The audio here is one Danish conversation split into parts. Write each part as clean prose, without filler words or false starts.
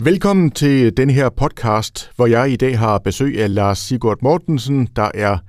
Velkommen til den her podcast, hvor jeg i dag har besøg af Lars Sigurd Mortensen, der er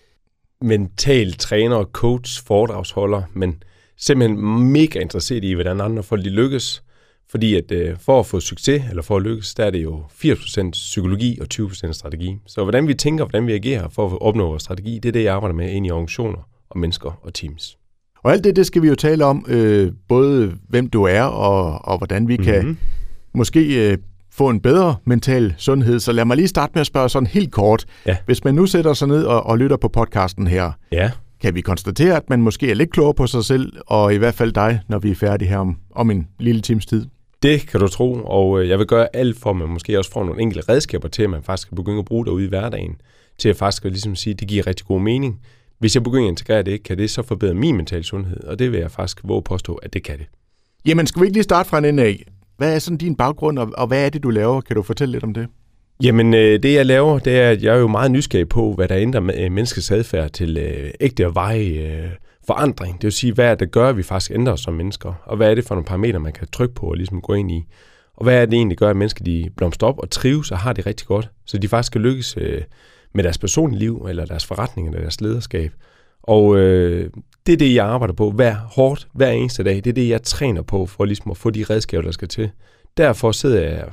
mental træner, coach, foredragsholder, men simpelthen mega interesseret i, hvordan andre folk de lykkes. Fordi at for at få succes, eller for at lykkes, der er det jo 80% psykologi og 20% strategi. Så hvordan vi tænker, hvordan vi agerer for at opnå vores strategi, det er det, jeg arbejder med ind i organisationer og mennesker og teams. Og alt det skal vi jo tale om, både hvem du er og hvordan vi kan måske få en bedre mental sundhed. Så lad mig lige starte med at spørge sådan helt kort. Ja. Hvis man nu sætter sig ned og lytter på podcasten her, kan vi konstatere, at man måske er lidt klogere på sig selv, og i hvert fald dig, når vi er færdige her om en lille times tid? Det kan du tro, og jeg vil gøre alt for, at man måske også får nogle enkelte redskaber til, at man faktisk kan begynde at bruge derude i hverdagen, til at faktisk ligesom sige, at det giver rigtig god mening. Hvis jeg begynder at integrere det, kan det så forbedre min mentale sundhed, og det vil jeg faktisk våge påstå, at det kan det. Jamen, skal vi ikke lige starte fra en ende af? Hvad er sådan din baggrund, og hvad er det, du laver? Kan du fortælle lidt om det? Jamen, det jeg laver, det er, at jeg er jo meget nysgerrig på, hvad der ændrer menneskets adfærd til ægte og varig forandring. Det vil sige, hvad er det, der gør, at vi faktisk ændrer os som mennesker? Og hvad er det for nogle parametre, man kan trykke på og ligesom gå ind i? Og hvad er det egentlig, der gør, at mennesker de blomstrer op og trives og har det rigtig godt, så de faktisk kan lykkes med deres personlige liv, eller deres forretning, eller deres lederskab. Og det er det, jeg arbejder på hver eneste dag. Det er det, jeg træner på, for ligesom at få de redskaber, der skal til. Derfor sidder jeg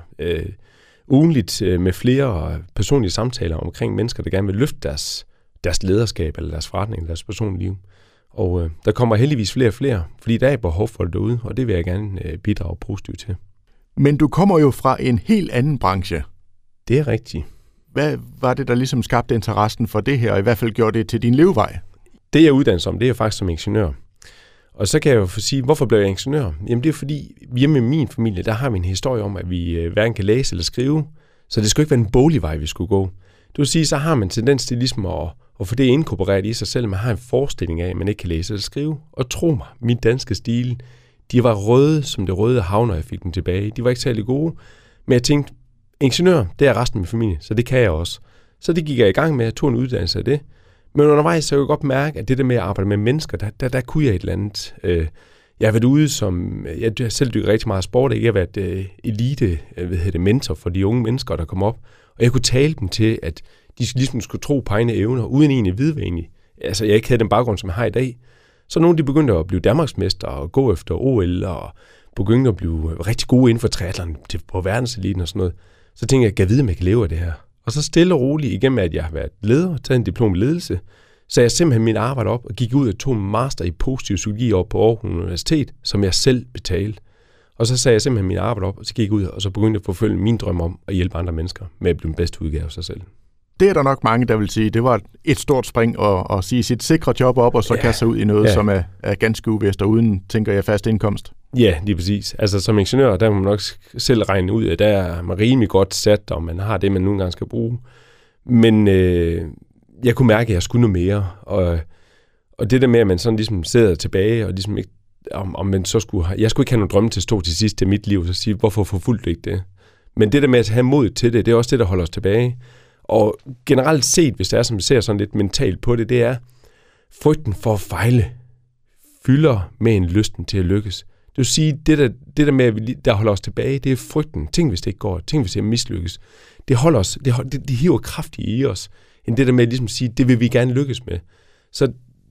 ugenligt med flere personlige samtaler omkring mennesker, der gerne vil løfte deres lederskab, eller deres forretning, eller deres personlige liv. Og der kommer heldigvis flere og flere, fordi der er behov for det derude, og det vil jeg gerne bidrage positivt til. Men du kommer jo fra en helt anden branche. Det er rigtigt. Hvad var det, der ligesom skabte interessen for det her, og i hvert fald gjorde det til din levevej? Det, jeg uddanner som, det er faktisk som ingeniør. Og så kan jeg jo sige, hvorfor blev jeg ingeniør? Jamen det er fordi, hjemme i min familie, der har vi en historie om, at vi hverken kan læse eller skrive, så det skulle ikke være en boglig vej, vi skulle gå. Det vil sige, så har man tendens til ligesom at få det inkorporeret i sig selv. Man har en forestilling af, at man ikke kan læse eller skrive. Og tro mig, min danske stil, de var røde som det røde hav, når jeg fik dem tilbage. De var ikke særlig gode, men jeg tænkte, ingeniør, det er resten af min familie, så det kan jeg også. Så det gik jeg i gang med, at tog en uddannelse af det. Men undervejs så jeg jo godt mærke, at det der med at arbejde med mennesker, der kunne jeg et eller andet. Jeg har været ude som, jeg selv dykker rigtig meget sport, jeg har været elite mentor for de unge mennesker, der kom op. Og jeg kunne tale dem til, at de ligesom skulle tro på egne evner, uden egentlig vide, hvad egentlig. Altså jeg ikke havde den baggrund, som jeg har i dag. Så nogle de begyndte at blive danmarksmester og gå efter OL, og begyndte at blive rigtig gode inden for triathlon på verdenseliten og sådan noget. Så tænkte jeg, kan jeg vide, om jeg kan leve af det her? Og så stille og roligt, igennem at jeg har været leder, taget en diplom i ledelse, så jeg simpelthen mit arbejde op og gik ud og tog en master i positiv psykologi op på Aarhus Universitet, som jeg selv betalte. Og så sagde jeg simpelthen mit arbejde op, og så gik jeg ud, og så begyndte jeg at forfølge min drøm om at hjælpe andre mennesker med at blive den bedste udgave af sig selv. Det er der nok mange, der vil sige, det var et stort spring at sige sit sikre job op, og så kaste sig ud i noget, som er ganske uvist, og uden, tænker jeg, fast indkomst. Ja, lige præcis. Altså som ingeniør, der må man nok selv regne ud, at der er man rimelig godt sat, og man har det, man nogle gange skal bruge. Men jeg kunne mærke, at jeg skulle noget mere, og det der med, at man sådan ligesom sidder tilbage, og ligesom ikke, om man så skulle jeg skulle ikke have nogen drømme til at stå til sidst i mit liv, så sige, hvorfor forfulgte du ikke det? Men det der med at have mod til det, det er også det, der holder os tilbage. Og generelt set, hvis det er, som vi ser sådan lidt mentalt på det, det er, frygten for at fejle fylder med en lysten til at lykkes. Det vil sige, det der med, der holder os tilbage, det er frygten. Tænk, hvis det ikke går. Tænk, hvis det mislykkes. Det holder os, det hiver kraftigt i os, end det der med at ligesom sige, det vil vi gerne lykkes med. Så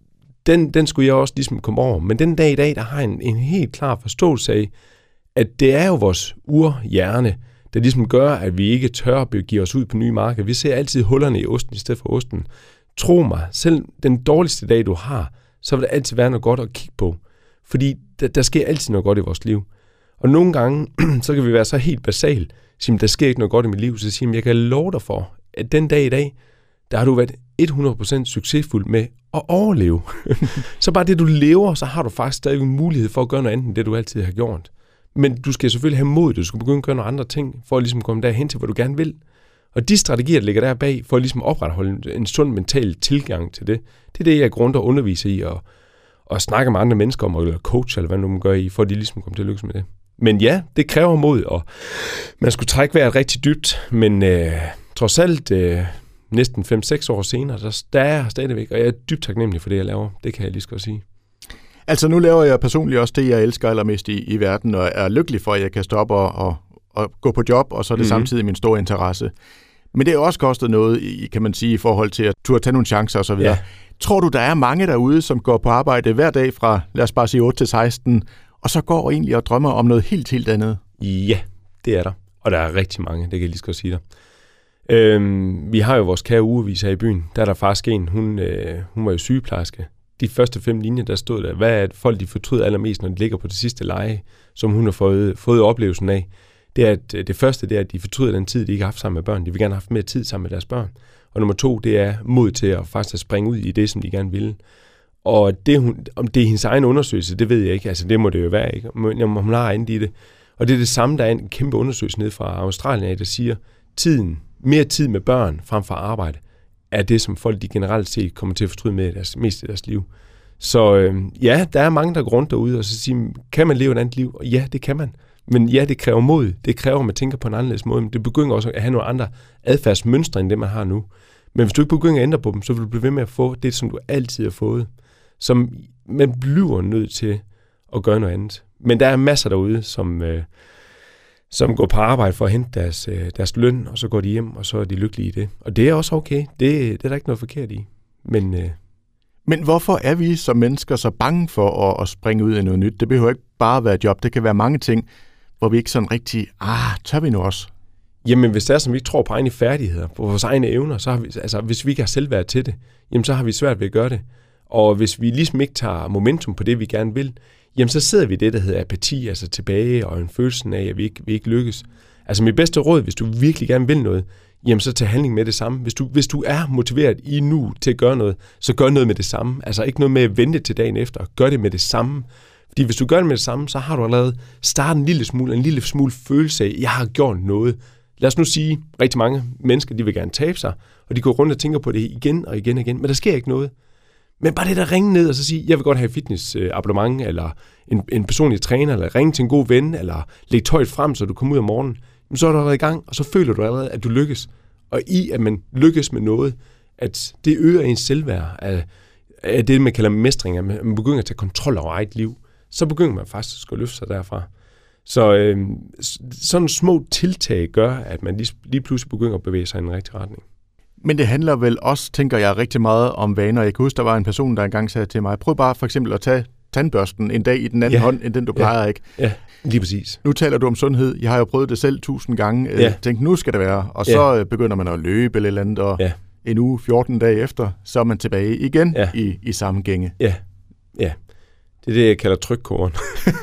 den skulle jeg også ligesom komme over. Men den dag i dag, der har en helt klar forståelse af, at det er jo vores urhjerne, der ligesom gør, at vi ikke tør at begive os ud på nye markeder. Vi ser altid hullerne i osten i stedet for osten. Tro mig, selv den dårligste dag, du har, så vil der altid være noget godt at kigge på. Fordi der sker altid noget godt i vores liv. Og nogle gange, så kan vi være så helt basal, sige, der sker ikke noget godt i mit liv, så siger jeg kan love dig for, at den dag i dag, der har du været 100% succesfuld med at overleve. Så bare det, du lever, så har du faktisk stadig en mulighed for at gøre noget andet, end det du altid har gjort. Men du skal selvfølgelig have mod, du skal begynde at gøre nogle andre ting, for at ligesom komme derhen til, hvor du gerne vil. Og de strategier, der ligger der bag, for at ligesom opretholde en sund mental tilgang til det, det er det, jeg grunder og underviser i, og snakke med andre mennesker om, eller coach, eller hvad nu man gør i, for at de ligesom kommer til at lykkes med det. Men ja, det kræver mod, og man skulle trække vejret rigtig dybt, men trods alt næsten 5-6 år senere, der er jeg stadigvæk, og jeg er dybt taknemmelig for det, jeg laver. Det kan jeg lige så godt sige. Altså nu laver jeg personligt også det, jeg elsker allermest i verden, og er lykkelig for, at jeg kan stoppe at gå på job, og så er det samtidig min store interesse. Men det har også kostet noget, kan man sige, i forhold til at turde tage nogle chancer og så videre. Ja. Tror du, der er mange derude, som går på arbejde hver dag fra, lad os bare sige 8 til 16, og så går egentlig og drømmer om noget helt andet? Ja, det er der. Og der er rigtig mange, det kan jeg lige så godt sige dig. Vi har jo vores kære ugeavis her i byen. Der er der faktisk en, hun var jo sygeplejerske. De første 5 linjer, der stod der, hvad er det folk, de fortryder allermest, når de ligger på det sidste leje, som hun har fået oplevelsen af. Det er, at det første, det er, at de fortryder den tid, de ikke har haft sammen med børn. De vil gerne have haft mere tid sammen med deres børn. Og nummer 2, det er mod til at faktisk at springe ud i det, som de gerne vil. Og om det er hendes egen undersøgelse, det ved jeg ikke. Altså, det må det jo være, ikke? Om hun har andet i det. Og det er det samme, der er en kæmpe undersøgelse ned fra Australien, der siger, mere tid med børn frem for arbejde, er det, som folk de generelt set kommer til at fortryde med mest i deres liv. Så ja, der er mange, der går rundt derude og så siger, kan man leve et andet liv? Og ja, det kan man. Men ja, det kræver mod. Det kræver, at man tænker på en anderledes måde. Men det begynder også at have nogle andre adfærdsmønstre, end det, man har nu. Men hvis du ikke begynder at ændre på dem, så vil du blive ved med at få det, som du altid har fået. Som man bliver nødt til at gøre noget andet. Men der er masser derude, som går på arbejde for at hente deres løn, og så går de hjem, og så er de lykkelige i det. Og det er også okay. Det er der ikke noget forkert i. Men hvorfor er vi som mennesker så bange for at springe ud i noget nyt? Det behøver ikke bare være job. Det kan være mange ting, hvor vi ikke sådan rigtig, tør vi nu også? Jamen, hvis det er, som vi ikke tror på egne færdigheder, på vores egne evner, så har vi, altså hvis vi ikke har selvværd til det, jamen så har vi svært ved at gøre det. Og hvis vi ligesom ikke tager momentum på det, vi gerne vil, jamen så sidder vi i det, der hedder apati, altså tilbage, og en følelse af, at vi ikke lykkes. Altså mit bedste råd, hvis du virkelig gerne vil noget, jamen så tag handling med det samme. Hvis du er motiveret i nu til at gøre noget, så gør noget med det samme. Altså ikke noget med at vente til dagen efter. Gør det med det samme. Fordi hvis du gør det med det samme, så har du allerede startet en lille smule følelse af, at jeg har gjort noget. Lad os nu sige, rigtig mange mennesker, de vil gerne tabe sig, og de går rundt og tænker på det igen og igen og igen, men der sker ikke noget. Men bare det der ringe ned og så sige, jeg vil godt have et fitnessabonnement, eller en personlig træner, eller ringe til en god ven, eller lægge tøjet frem, så du kommer ud om morgenen. Så er du allerede i gang, og så føler du allerede, at du lykkes. Og i, at man lykkes med noget, at det øger ens selvværd af det, man kalder mestring, at man begynder at tage kontrol over eget liv, så begynder man faktisk at løfte sig derfra. Så sådan små tiltag gør, at man lige pludselig begynder at bevæge sig i en rigtig retning. Men det handler vel også, tænker jeg, rigtig meget om vaner. Jeg kan huske, der var en person, der engang sagde til mig, prøv bare for eksempel at tage tandbørsten en dag i den anden hånd, end den du plejer, ikke? Ja, lige præcis. Nu taler du om sundhed. Jeg har jo prøvet det selv 1000 gange. Tænkte, nu skal det være. Og så begynder man at løbe eller andet, og en uge, 14 dage efter, så er man tilbage igen i samme gænge. Ja. Det er det, jeg kalder trykkoren.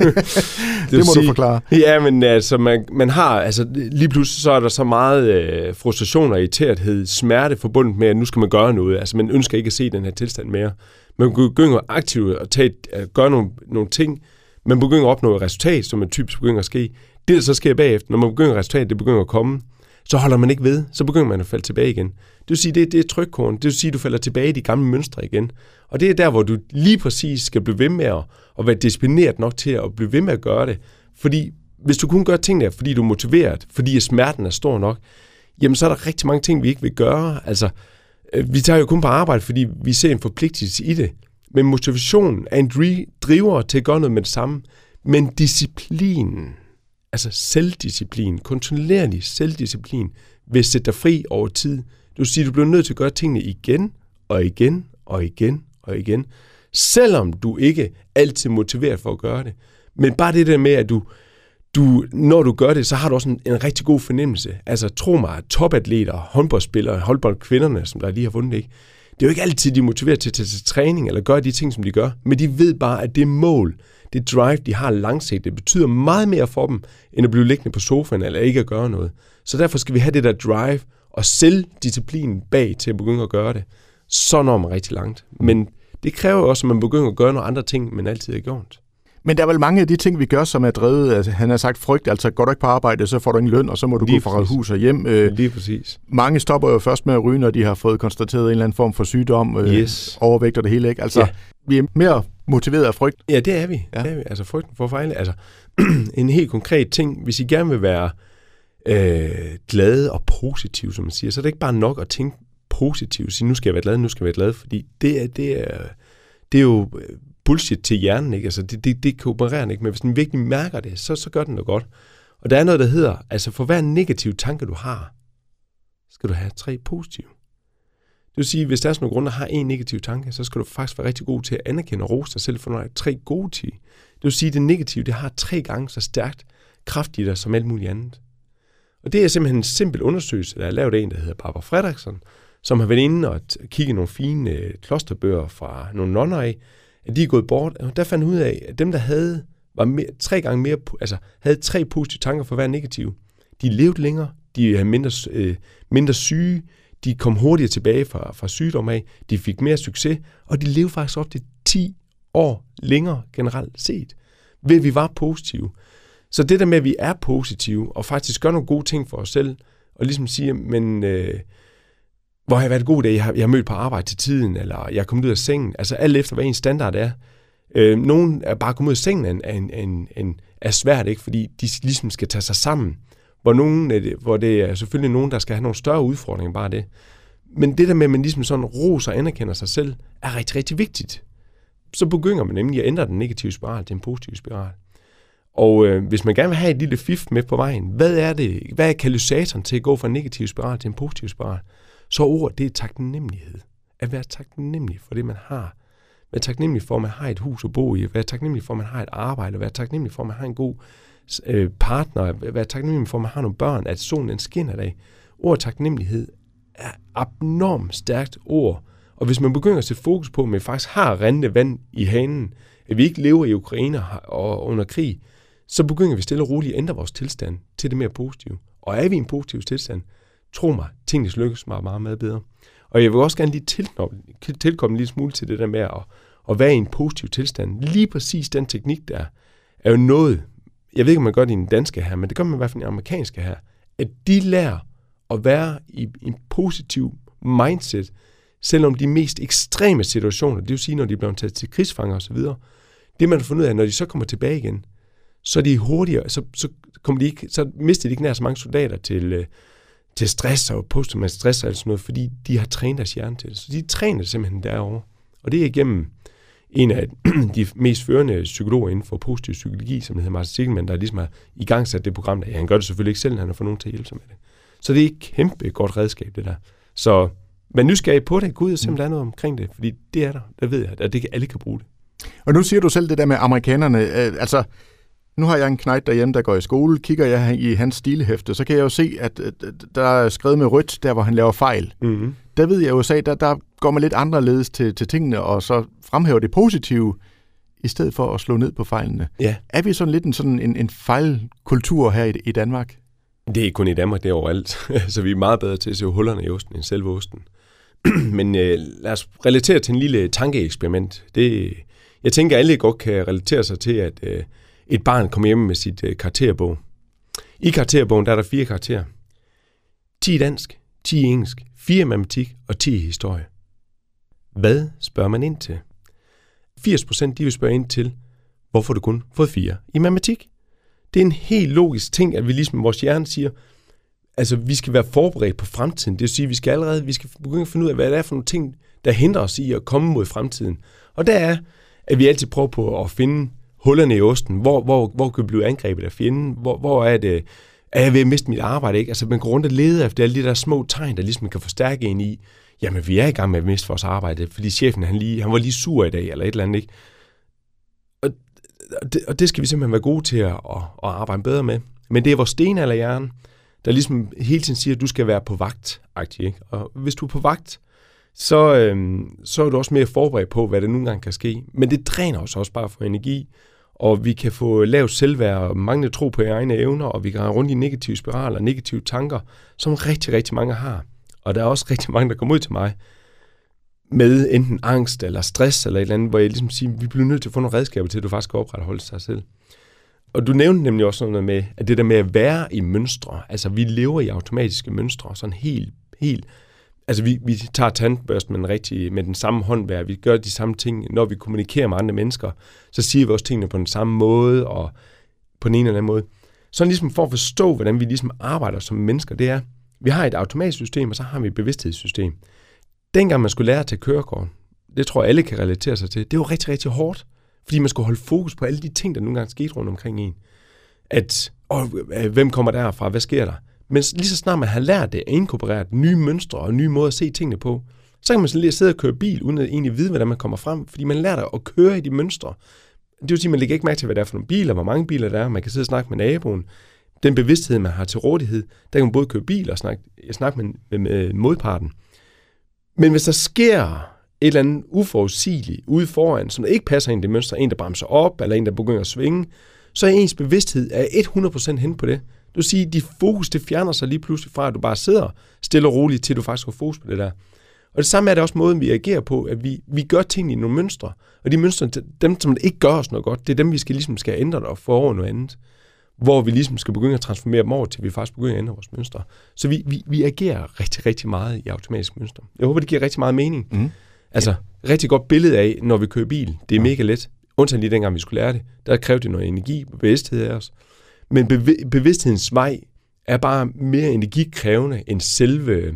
det må du forklare. Ja, men altså, man har, altså lige pludselig så er der så meget frustration og irriterethed, smerte forbundet med, at nu skal man gøre noget. Altså man ønsker ikke at se den her tilstand mere. Man begynder aktivt at gøre nogle ting. Man begynder at opnå et resultat, som man typisk begynder at ske. Det, der så sker bagefter, når man begynder resultatet, det begynder at komme, så holder man ikke ved. Så begynder man at falde tilbage igen. Det vil sige, det er trykkoren. Det vil sige, at du falder tilbage i de gamle mønstre igen. Og det er der, hvor du lige præcis skal blive ved med at være disciplineret nok til at blive ved med at gøre det. Fordi hvis du kun gør tingene, fordi du er motiveret, fordi smerten er stor nok, jamen så er der rigtig mange ting, vi ikke vil gøre. Altså, vi tager jo kun på arbejde, fordi vi ser en forpligtelse i det. Men motivationen er en driver til at gøre noget med det samme. Men disciplinen, altså selvdisciplin, kontrollerende selvdisciplin, vil sætte dig fri over tid. Det vil sige, at du bliver nødt til at gøre tingene igen og igen og igen og igen, selvom du ikke altid er motiveret for at gøre det. Men bare det der med, at du når du gør det, så har du også en rigtig god fornemmelse. Altså tro mig, at topatleter, håndboldspillere, håndboldkvinderne, som der lige har vundet, ikke? Det er jo ikke altid, de er motiveret til at tage til træning eller gøre de ting, som de gør, men de ved bare, at det mål, det drive, de har langsigtet, det betyder meget mere for dem, end at blive liggende på sofaen eller ikke at gøre noget. Så derfor skal vi have det der drive og selvdisciplin bag til at begynde at gøre det. Så når man rigtig langt. Men det kræver også, at man begynder at gøre nogle andre ting, man altid har gjort. Men der er vel mange af de ting, vi gør, som er drevet, altså, han har sagt frygt, altså går du ikke på arbejde, så får du ingen løn, og så må du gå fra hus og hjem. Lige præcis. Mange stopper jo først med at ryge, når de har fået konstateret en eller anden form for sygdom, overvægt og det hele, ikke? Altså, vi er mere motiveret af frygt. Ja, det er vi. Ja. Det er vi. Altså frygten for fejl. Altså, en helt konkret ting, hvis I gerne vil være glade og positive, som man siger, så er det ikke bare nok at tænke positivt, sige, nu skal jeg være glad, nu skal jeg være glad, fordi det er jo bullshit til hjernen, ikke? Altså, det koopererer ikke, men hvis den virkelig mærker det, så gør den noget godt. Og der er noget, der hedder, altså for hver negativ tanke, du har, skal du have 3 positive. Det vil sige, hvis der er sådan nogle grunde, der har en negativ tanke, så skal du faktisk være rigtig god til at anerkende og rose dig selv for nogle 3 gode ting. Det vil sige, at det negative, det har 3 gange så stærkt kraft i dig som alt muligt andet. Og det er simpelthen en simpel undersøgelse, der er lavet af en, der hedder Barbara Fredrickson, som har været inde og kigget nogle fine klosterbøger fra nogle nonner af, at de er gået bort. Og der fandt ud af, at dem, der havde 3 gange mere, altså havde 3 positive tanker for hver negativ, de levede længere, de havde mindre syge, de kom hurtigere tilbage fra sygdom af, de fik mere succes, og de levede faktisk op til 10 år længere generelt set, ved at vi var positive. Så det der med, at vi er positive, og faktisk gør nogle gode ting for os selv, og ligesom siger, men hvor har jeg været god dag, jeg har mødt på arbejde til tiden, eller jeg er kommet ud af sengen, altså alt efter, hvad en standard er. Nogen er bare kommet ud af sengen er svært, ikke? Fordi de ligesom skal tage sig sammen. Hvor det er selvfølgelig nogen, der skal have nogle større udfordringer end bare det. Men det der med, at man ligesom sådan roser og anerkender sig selv, er rigtig, rigtig vigtigt. Så begynder man nemlig at ændre den negative spiral til en positiv spiral. Og hvis man gerne vil have et lille fif med på vejen, hvad er katalysatoren til at gå fra en negativ spiral til en positiv spiral? Så ord, det er taknemmelighed. At være taknemmelig for det, man har. Være taknemmelig for, at man har et hus at bo i. Være taknemmelig for, at man har et arbejde. Være taknemmelig for, at man har en god partner. Være taknemmelig for, at man har nogle børn. At solen den skinner af. Ordet taknemmelighed er abnormt stærkt ord. Og hvis man begynder at sætte fokus på, at man faktisk har rindende vand i hanen, at vi ikke lever i Ukraine og under krig, så begynder vi stille og roligt at ændre vores tilstand til det mere positive. Og er vi i en positiv tilstand, tro mig, tingene lykkes meget, meget, meget bedre. Og jeg vil også gerne lige tilkomme en lille smule til det der med at være i en positiv tilstand. Lige præcis den teknik der er jo noget, jeg ved ikke, om man gør det i den danske her, men det gør man i hvert fald i den amerikanske her, at de lærer at være i en positiv mindset, selvom de mest ekstreme situationer, det vil sige, når de bliver taget til krigsfanger og så videre, det man har fundet ud af, når de så kommer tilbage igen, så er de hurtigere, så mister de ikke nær så mange soldater til stress og posttraumatisk stress og sådan noget, fordi de har trænet deres hjerne til det. Så de træner simpelthen derovre. Og det er igennem en af de mest førende psykologer inden for positiv psykologi, som hedder Martin Seligman, der ligesom har igangsat det program der. Han gør det selvfølgelig ikke selv, han har fået nogen til at hjælpe sig med det. Så det er et kæmpe godt redskab, det der. Så man nysgerrig på det, Gud, simpelthen er noget omkring det, fordi det er der ved jeg, at det alle kan bruge det. Og nu siger du selv det der med amerikanerne, altså nu har jeg en knægt derhjemme, der går i skole, kigger jeg i hans stilehæfte, så kan jeg jo se, at der er skrevet med rødt, der hvor han laver fejl. Mm-hmm. Der ved jeg jo, at der går man lidt anderledes til tingene, og så fremhæver det positive, i stedet for at slå ned på fejlene. Ja. Er vi sådan lidt en fejlkultur her i Danmark? Det er ikke kun i Danmark, det er overalt. Så vi er meget bedre til at se hullerne i osten end selve osten. Men lad os relatere til en lille tankeeksperiment. Jeg tænker, at alle godt kan relatere sig til, at et barn kommer hjem med sit karakterbog. I karakterbogen der er der 4 karakterer. 10 i dansk, 10 i engelsk, 4 i matematik og 10 i historie. Hvad spørger man ind til? 80% de vil spørge ind til, hvorfor du kun fået 4 i matematik. Det er en helt logisk ting, at vi ligesom vores hjerne siger, altså vi skal være forberedt på fremtiden. Det vil sige, at vi skal begynde at finde ud af, hvad det er for nogle ting, der hindrer os i at komme mod fremtiden. Og der er, at vi altid prøver på at finde hullerne i osten. Hvor kan vi blive angrebet af fjenden? Hvor er det, er jeg ved at miste mit arbejde? Ikke? Altså man går rundt og leder efter alle de der små tegn, der ligesom kan forstærke en i, jamen vi er i gang med at miste vores arbejde, fordi chefen han var lige sur i dag, eller et eller andet, ikke? Og det skal vi simpelthen være gode til at arbejde bedre med. Men det er vores stenalderhjerne, der ligesom hele tiden siger, at du skal være på vagt. Ikke? Og hvis du er på vagt, så er du også mere forberedt på, hvad der nogle gange kan ske. Men det dræner os også bare for energi, og vi kan få lavt selvværd og manglende tro på egne evner, og vi kan rende rundt i negative spiraler, negative tanker, som rigtig, rigtig mange har. Og der er også rigtig mange, der kommer ud til mig med enten angst eller stress eller et eller andet, hvor jeg ligesom siger, vi bliver nødt til at få nogle redskaber til, at du faktisk kan opretholde sig selv. Og du nævnte nemlig også noget med, at det der med at være i mønstre, altså vi lever i automatiske mønstre, sådan helt, altså vi tager tandbørsten med den samme håndværk, vi gør de samme ting, når vi kommunikerer med andre mennesker, så siger vi også tingene på den samme måde, og på den ene eller anden måde. Sådan ligesom for at forstå, hvordan vi ligesom arbejder som mennesker, det er, vi har et automatisk system, og så har vi et bevidsthedssystem. Dengang man skulle lære at tage kørekort, det tror jeg alle kan relatere sig til, det var rigtig, rigtig hårdt, fordi man skulle holde fokus på alle de ting, der nogle gange skete rundt omkring en. At hvem kommer derfra? Hvad sker der? Men lige så snart man har lært det, at inkorporere nye mønstre og nye måder at se tingene på, så kan man sådan lige sidde og køre bil, uden at egentlig vide, hvordan man kommer frem, fordi man lærer at køre i de mønstre. Det vil sige, at man lægger ikke mærke til, hvad det er for nogle biler, hvor mange biler der er. Man kan sidde og snakke med naboen. Den bevidsthed, man har til rådighed, der kan man både køre bil og snakke med modparten. Men hvis der sker et eller andet uforudsigeligt ude foran, som ikke passer ind i det mønster, en der bremser op, eller en der begynder at svinge, så er ens bevidsthed 100% hen på det. Det vil sige, at dit fokus det fjerner sig lige pludselig fra, at du bare sidder stille og roligt, til du faktisk har fokus på det der. Og det samme er det også måden, vi agerer på, at vi gør ting i nogle mønstre, og de mønstre, dem som ikke gør os noget godt, det er dem, vi skal ændre og få over noget andet, hvor vi ligesom skal begynde at transformere dem over, til vi faktisk begynder at ændre vores mønstre. Så vi agerer rigtig, rigtig meget i automatisk mønster. Jeg håber, det giver rigtig meget mening. Altså, rigtig godt billede af, når vi kører bil. Det er mega let. Undtagen lige dengang, vi skulle lære det. Der krævede det noget energi og bevidsthed af os. Men bevidsthedens vej er bare mere energikrævende end selve,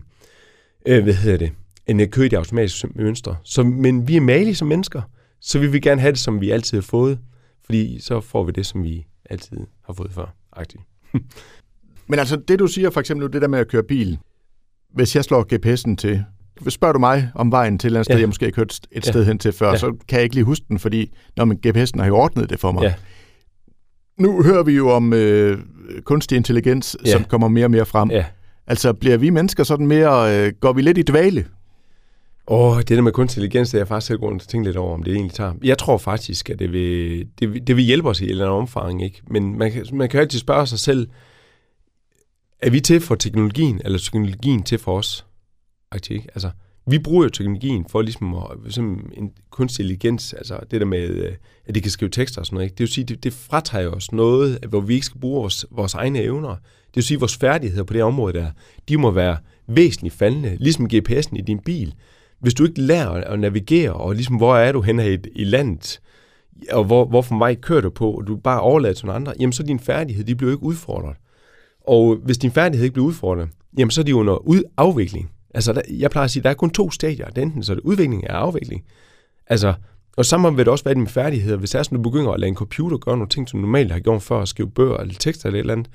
end at køre i de automatiske mønstre. Men vi er malige som mennesker, så vi vil gerne have det, som vi altid har fået, fordi så får vi det, som vi altid har fået før. Men altså, det du siger for eksempel, det der med at køre bil, hvis jeg slår GPS'en til, spørger du mig om vejen til et eller andet sted, jeg måske ikke hørt et sted hen til før, så kan jeg ikke lige huske den, fordi GPS'en har jo ordnet det for mig. Ja. Nu hører vi jo om kunstig intelligens, som kommer mere og mere frem. Ja. Altså, bliver vi mennesker sådan mere, går vi lidt i dvale? Det der med kunstig intelligens, det er jeg faktisk selv grund til at tænke lidt over, om det egentlig tager. Jeg tror faktisk, at det vil hjælpe os i et eller andet omfang, ikke? Men man kan jo altid spørge sig selv, er vi til for teknologien, eller teknologien til for os? Altså, vi bruger jo teknologien for ligesom en kunstig intelligens, altså det der med, at de kan skrive tekster og sådan noget, ikke? Det vil sige, det fratager os noget, hvor vi ikke skal bruge vores egne evner. Det vil sige, at vores færdigheder på det område der, de må være væsentligt faldende, ligesom GPS'en i din bil. Hvis du ikke lærer at navigere, og ligesom hvor er du henne i landet, og hvorfor vej kører du på, og du bare overlader til nogle andre, jamen så din færdighed, de bliver ikke udfordret. Og hvis din færdighed ikke bliver udfordret, jamen så er de under afvikling. Altså, jeg plejer at sige, at der er kun 2 stadier. Det enten så er det udvikling eller afvikling. Altså, og sammen vil det også være med færdigheder. Hvis det er sådan, du begynder at lade en computer gøre nogle ting, som du normalt har gjort før, at skrive bøger eller tekster eller et eller andet,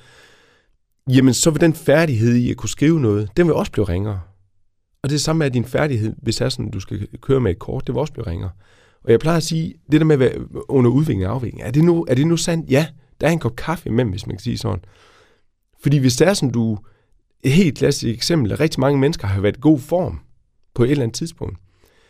jamen så vil den færdighed i at kunne skrive noget, den vil også blive ringere. Og det samme er din færdighed, hvis det er sådan, du skal køre med et kort, det vil også blive ringere. Og jeg plejer at sige, det der med at være under udvikling og afvikling, er det nu sandt? Ja, der er en kop kaffe imellem, hvis man kan sige sådan. Fordi hvis det er sådan, et helt klassisk eksempel, at rigtig mange mennesker har været i god form på et eller andet tidspunkt,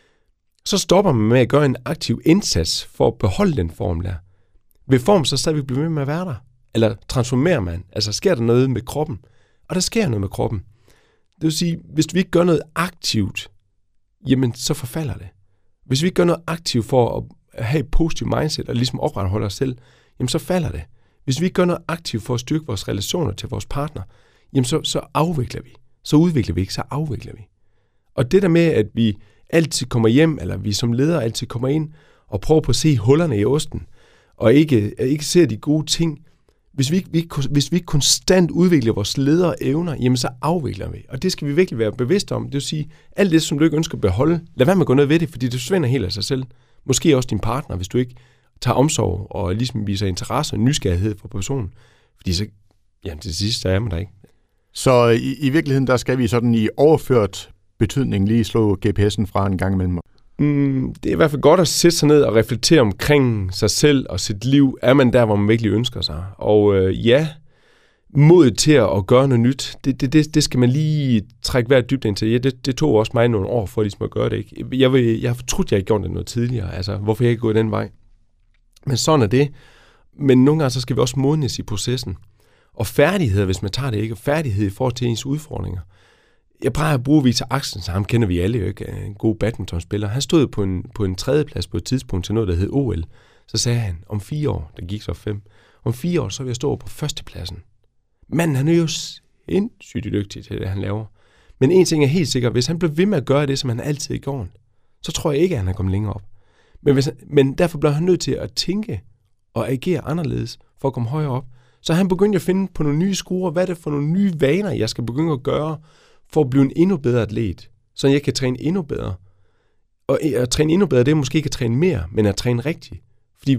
så stopper man med at gøre en aktiv indsats for at beholde den form der. Ved form, så stadigvæk bliver ved med at være der. Eller transformerer man. Altså sker der noget med kroppen. Og der sker noget med kroppen. Det vil sige, hvis vi ikke gør noget aktivt, jamen så forfalder det. Hvis vi ikke gør noget aktivt for at have et positivt mindset og ligesom opretholde os selv, jamen så falder det. Hvis vi ikke gør noget aktivt for at styrke vores relationer til vores partner, jamen så afvikler vi. Så udvikler vi ikke, så afvikler vi. Og det der med, at vi altid kommer hjem, eller vi som ledere altid kommer ind og prøver på at se hullerne i osten, og ikke ser de gode ting. Hvis vi ikke konstant udvikler vores ledere evner, jamen så afvikler vi. Og det skal vi virkelig være bevidste om. Det vil sige, alt det, som du ikke ønsker at beholde, lad være med at gå ned ved det, fordi det forsvinder helt af sig selv. Måske også din partner, hvis du ikke tager omsorg og ligesom viser interesse og nysgerrighed for personen. Fordi så, jamen til sidst, så er man der ikke. Så i virkeligheden, der skal vi sådan i overført betydning lige slå GPS'en fra en gang imellem? Det er i hvert fald godt at sætte sig ned og reflektere omkring sig selv og sit liv. Er man der, hvor man virkelig ønsker sig? Og modet til at gøre noget nyt, det skal man lige trække hver dybt ind til. Ja, det tog også mig nogle år for ligesom at gøre det. Ikke? Jeg har fortrudt, jeg ikke gjort det noget tidligere. Altså, hvorfor jeg ikke gået den vej? Men sådan er det. Men nogle gange så skal vi også modnes i processen. Og færdigheder, hvis man tager det ikke, og færdighed i forhold til ens udfordringer. Jeg plejer at bruge Victor Axelsen, ham kender vi alle jo ikke, en god badmintonspiller. Han stod på en tredjeplads på et tidspunkt til noget, der hed OL. Så sagde han, om 4 år, der gik så 5, om 4 år, så vil jeg stå på førstepladsen. Manden, han er jo sindssygt dygtig til det, han laver. Men en ting er helt sikker, hvis han blev ved med at gøre det, som han altid har gjort, så tror jeg ikke, at han er kommet længere op. Men derfor blev han nødt til at tænke og agere anderledes for at komme højere op. Så han begyndte at finde på nogle nye skruer, hvad er det for nogle nye vaner, jeg skal begynde at gøre, for at blive en endnu bedre atlet, så jeg kan træne endnu bedre. Og at træne endnu bedre, det er måske ikke at træne mere, men at træne rigtigt. Fordi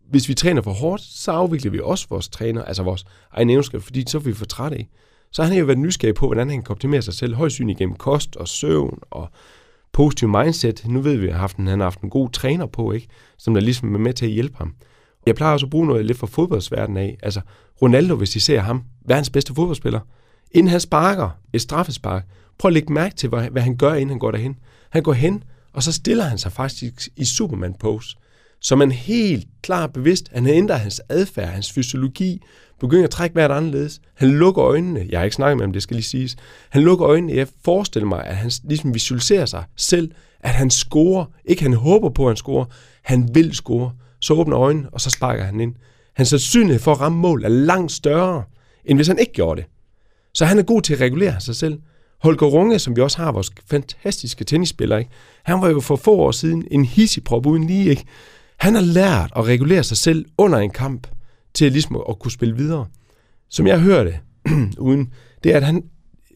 hvis vi træner for hårdt, så afvikler vi også vores træner, altså vores egen egenskab, fordi så vil vi for trætte af. Så han har jo været nysgerrig på, hvordan han kan optimere sig selv, højst synligt gennem kost og søvn og positiv mindset. Nu ved vi, at han har haft en god træner på, ikke? Som der ligesom er med til at hjælpe ham. Jeg plejer også at bruge noget lidt fra fodboldsverdenen af. Altså Ronaldo, hvis I ser ham, verdens bedste fodboldspiller, inden han sparker et straffespark, prøv at lægge mærke til, hvad han gør, inden han går derhen. Han går hen, og så stiller han sig faktisk i Superman-pose. Så man helt klart bevidst, han ændrer hans adfærd, hans fysiologi, begynder at trække vejret anderledes. Han lukker øjnene. Jeg har ikke snakket med ham, det skal lige siges. Han lukker øjnene. Jeg forestiller mig, at han ligesom visualiserer sig selv, at han scorer. Ikke han håber på, at han scorer. Han vil score. Så åbner øjnene, og så sparker han ind. Hans sandsynlighed for at ramme mål er langt større, end hvis han ikke gjorde det. Så han er god til at regulere sig selv. Holger Runge, som vi også har, vores fantastiske tennisspiller, ikke? Han var jo for få år siden en hissigprop uden lige, ikke? Han har lært at regulere sig selv under en kamp, til ligesom at kunne spille videre. Som jeg hører det, uden, det er, at han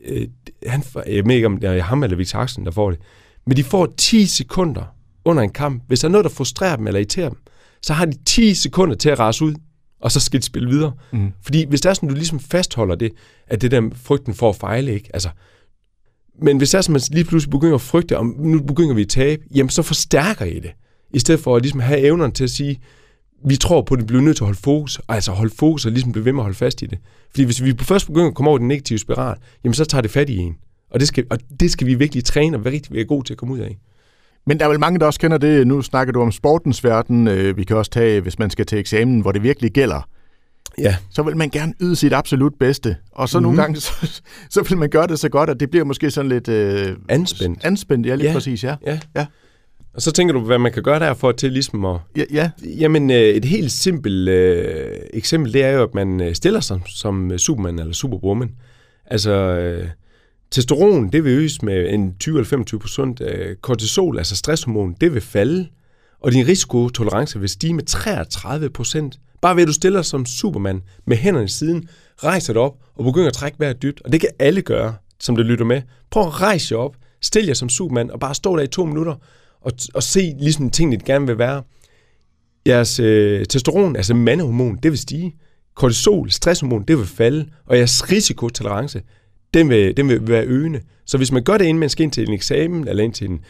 jeg ved ikke, om det er ham eller Victor Axelsen, der får det, men de får 10 sekunder under en kamp. Hvis der er noget, der frustrerer dem eller irriterer dem, så har de 10 sekunder til at rase ud, og så skal de spille videre. Mm. Fordi hvis der er sådan, du ligesom fastholder det, at det der frygten for at fejle, ikke? Altså, men hvis der er sådan, man lige pludselig begynder at frygte, og nu begynder vi at tabe, jamen så forstærker I det. I stedet for at ligesom have evnerne til at sige, vi tror på, at det bliver nødt til at holde fokus, og altså holde fokus og ligesom blive ved med at holde fast i det. Fordi hvis vi først begynder at komme over den negative spiral, jamen så tager det fat i en. Og det skal vi virkelig træne og være gode til at komme ud af. Men der er vel mange, der også kender det. Nu snakker du om sportens verden. Vi kan også tage, hvis man skal til eksamen, hvor det virkelig gælder. Ja. Så vil man gerne yde sit absolut bedste. Og så nogle gange, så vil man gøre det så godt, at det bliver måske sådan lidt... Anspændt, ja, lige præcis, ja. Og så tænker du, hvad man kan gøre der for til ligesom at... Ja. Jamen, et helt simpelt eksempel, det er jo, at man stiller sig som Superman eller Superwoman. Altså, testosteron, det vil øges med en 20-25%. Kortisol, altså stresshormon, det vil falde. Og din risikotolerance vil stige med 33%. Bare ved, at du stiller som Superman med hænderne i siden, rejser dig op og begynder at trække vejret dybt. Og det kan alle gøre, som det lytter med. Prøv at rejse jer op, stil jer som Superman og bare stå der i 2 minutter og se ligesom tingene, det gerne vil være. Jeres testosteron, altså mandehormon, det vil stige. Kortisol, stresshormon, det vil falde. Og jeres risikotolerance, den vil være øgende. Så hvis man gør det, inden man skal ind til en eksamen, eller ind til en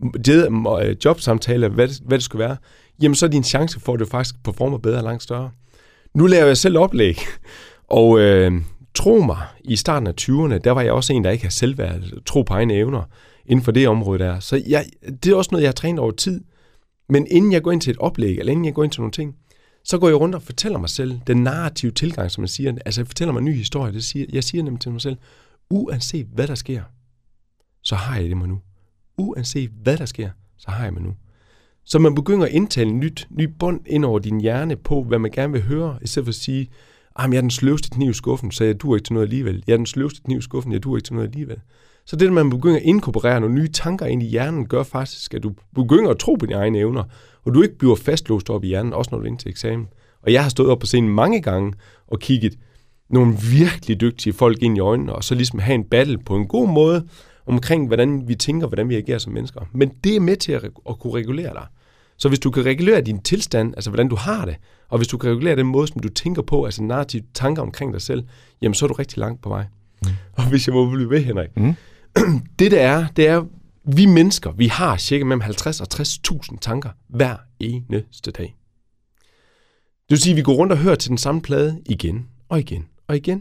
jobsamtale, hvad det skal være, jamen så er din chance for, at du faktisk performer bedre og langt større. Nu laver jeg selv oplæg, og tro mig, i starten af 20'erne, der var jeg også en, der ikke havde selvværd, tro på egne evner inden for det område der. Så det er også noget, jeg har trænet over tid. Men inden jeg går ind til et oplæg, eller inden jeg går ind til nogle ting, så går jeg rundt og fortæller mig selv, den narrative tilgang, som man siger, altså jeg fortæller mig en ny historie, jeg siger nemlig til mig selv, uanset hvad der sker, så har jeg det mig nu. Uanset hvad der sker, så har jeg mig nu. Så man begynder at indtale ny bånd ind over din hjerne på, hvad man gerne vil høre, i stedet for at sige, jeg er den sløveste kniv i skuffen, så jeg duer ikke til noget alligevel. Jeg er den sløveste kniv i skuffen, jeg duer ikke til noget alligevel. Så det, at man begynder at inkorporere nogle nye tanker ind i hjernen, gør faktisk, at du begynder at tro på dine egne evner, og du ikke bliver fastlåst op i hjernen, også når du er inde til eksamen. Og jeg har stået op på scenen mange gange og kigget nogle virkelig dygtige folk ind i øjnene, og så ligesom have en battle på en god måde omkring, hvordan vi tænker, hvordan vi agerer som mennesker. Men det er med til at kunne regulere dig. Så hvis du kan regulere din tilstand, altså hvordan du har det, og hvis du kan regulere den måde, som du tænker på, altså narrative tanker omkring dig selv, jamen så er du rigtig langt på vej. Og hvis jeg må blive ved, Henrik. Det er, vi mennesker, vi har cirka mellem 50 og 60.000 tanker hver eneste dag. Det vil sige, at vi går rundt og hører til den samme plade igen og igen og igen.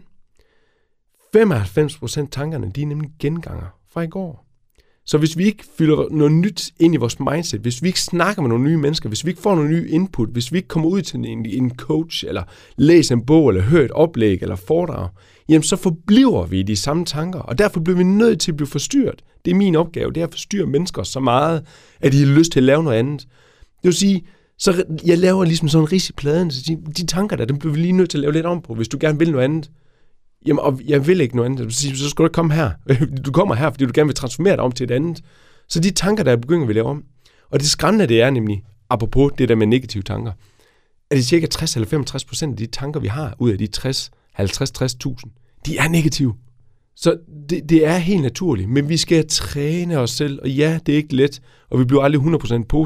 95% tankerne, de er nemlig genganger fra i går. Så hvis vi ikke fylder noget nyt ind i vores mindset, hvis vi ikke snakker med nogle nye mennesker, hvis vi ikke får nogle nye input, hvis vi ikke kommer ud til en coach, eller læser en bog, eller hører et oplæg, eller foredrag, jamen så forbliver vi i de samme tanker, og derfor bliver vi nødt til at blive forstyrret. Det er min opgave, det er at forstyrre mennesker så meget, at de har lyst til at lave noget andet. Det vil sige, så jeg laver ligesom sådan en ris i pladen, så de tanker der, dem bliver vi lige nødt til at lave lidt om på, hvis du gerne vil noget andet. Jamen, og jeg vil ikke noget andet. Så skal du ikke komme her. Du kommer her, fordi du gerne vil transformere dig om til et andet. Så de tanker, der begynder, vi lave om. Og det skræmmende, det er nemlig, apropos det der med negative tanker, at det cirka 60 eller 65% af de tanker, vi har, ud af de 50-60.000, de er negative. Så det er helt naturligt. Men vi skal træne os selv, og ja, det er ikke let, og vi bliver aldrig 100% positive.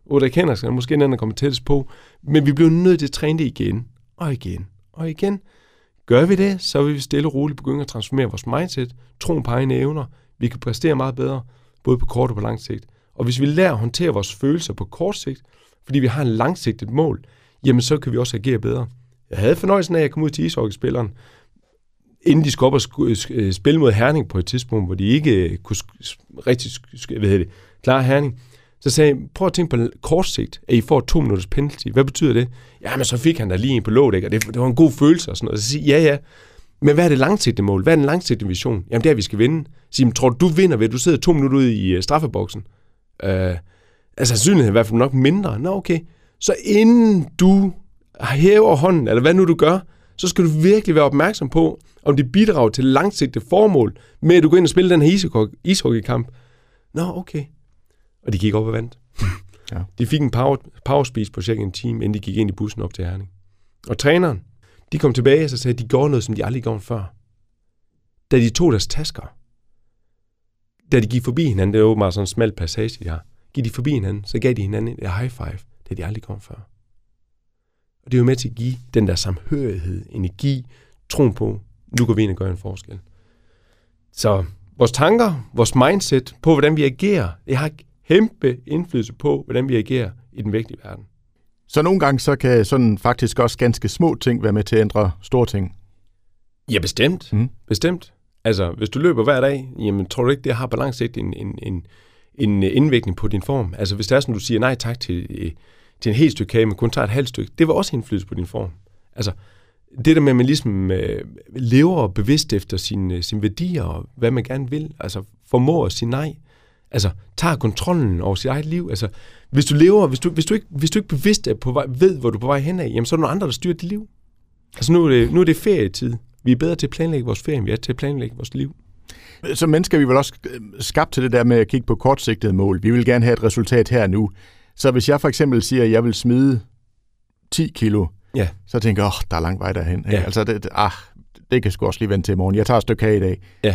Ulrik Henriksen er måske den, der kommer tættest på. Men vi bliver nødt til at træne det igen og igen og igen. Gør vi det, så vil vi stille og roligt begynde at transformere vores mindset, troen på egne evner. Vi kan præstere meget bedre, både på kort og på lang sigt. Og hvis vi lærer at håndtere vores følelser på kort sigt, fordi vi har en langsigtet mål, jamen så kan vi også agere bedre. Jeg havde fornøjelsen af, at jeg kom ud til ishockeyspilleren, inden de skulle op og spille mod Herning på et tidspunkt, hvor de ikke kunne rigtig klare Herning. Så sagde jeg, prøv at tænke på kort sigt, at I får 2 minutters penalty. Hvad betyder det? Jamen, så fik han da lige en på låget, ikke? Og det var en god følelse og sådan noget. Så siger ja. Men hvad er det langsigtede mål? Hvad er den langsigtede vision? Jamen, det er, at vi skal vinde. Så tror du vinder ved, at du sidder 2 minutter ude i straffeboksen? Sandsynligheden er i hvert fald nok mindre. Nå, okay. Så inden du hæver hånden, eller hvad nu du gør, så skal du virkelig være opmærksom på, om det bidrager til langsigtede formål, med at du går ind og spiller den her ishockeykamp. Nå, okay. Og de gik op og vandt. Ja. De fik en powerspise på cirka en time, inden de gik ind i bussen op til Herning. Og træneren, de kom tilbage og så sagde, at de gjorde noget, som de aldrig gjorde før. Da de tog deres tasker, da de gik forbi hinanden, det var åbenbart sådan en smal passage, de har, gik de forbi hinanden, så gav de hinanden et high five. Det havde de aldrig gjort før. Og det er jo med til at give den der samhørighed, energi, troen på, nu går vi ind og gør en forskel. Så vores tanker, vores mindset på, hvordan vi agerer, det har kæmpe indflydelse på, hvordan vi agerer i den virkelige verden. Så nogle gange så kan sådan faktisk også ganske små ting være med til at ændre store ting? Ja, bestemt. Bestemt. Altså, hvis du løber hver dag, jamen tror du ikke, det har på lang sigt en indvirkning på din form? Altså, hvis det er sådan, du siger nej tak til en helt stykke kage, men kun tager et halvt stykke, det vil også indflydelse på din form. Altså, det der med, at man ligesom lever bevidst efter sine værdier og hvad man gerne vil, altså formår at sige nej, altså tager kontrollen over sit eget liv. Altså, hvis du ikke bevidst er på vej, ved, hvor du er på vej henad, jamen så er der nogle andre, der styrer dit liv. Altså nu er det ferietid. Vi er bedre til at planlægge vores ferie, end vi er til at planlægge vores liv. Som mennesker er vi vel også skabt til det der med at kigge på kortsigtede mål. Vi vil gerne have et resultat her nu. Så hvis jeg for eksempel siger, at jeg vil smide 10 kilo, ja, så tænker jeg, der er lang vej derhen. Ja. Altså, det kan sgu også lige vente til i morgen. Jeg tager et stykke kage i dag. Ja.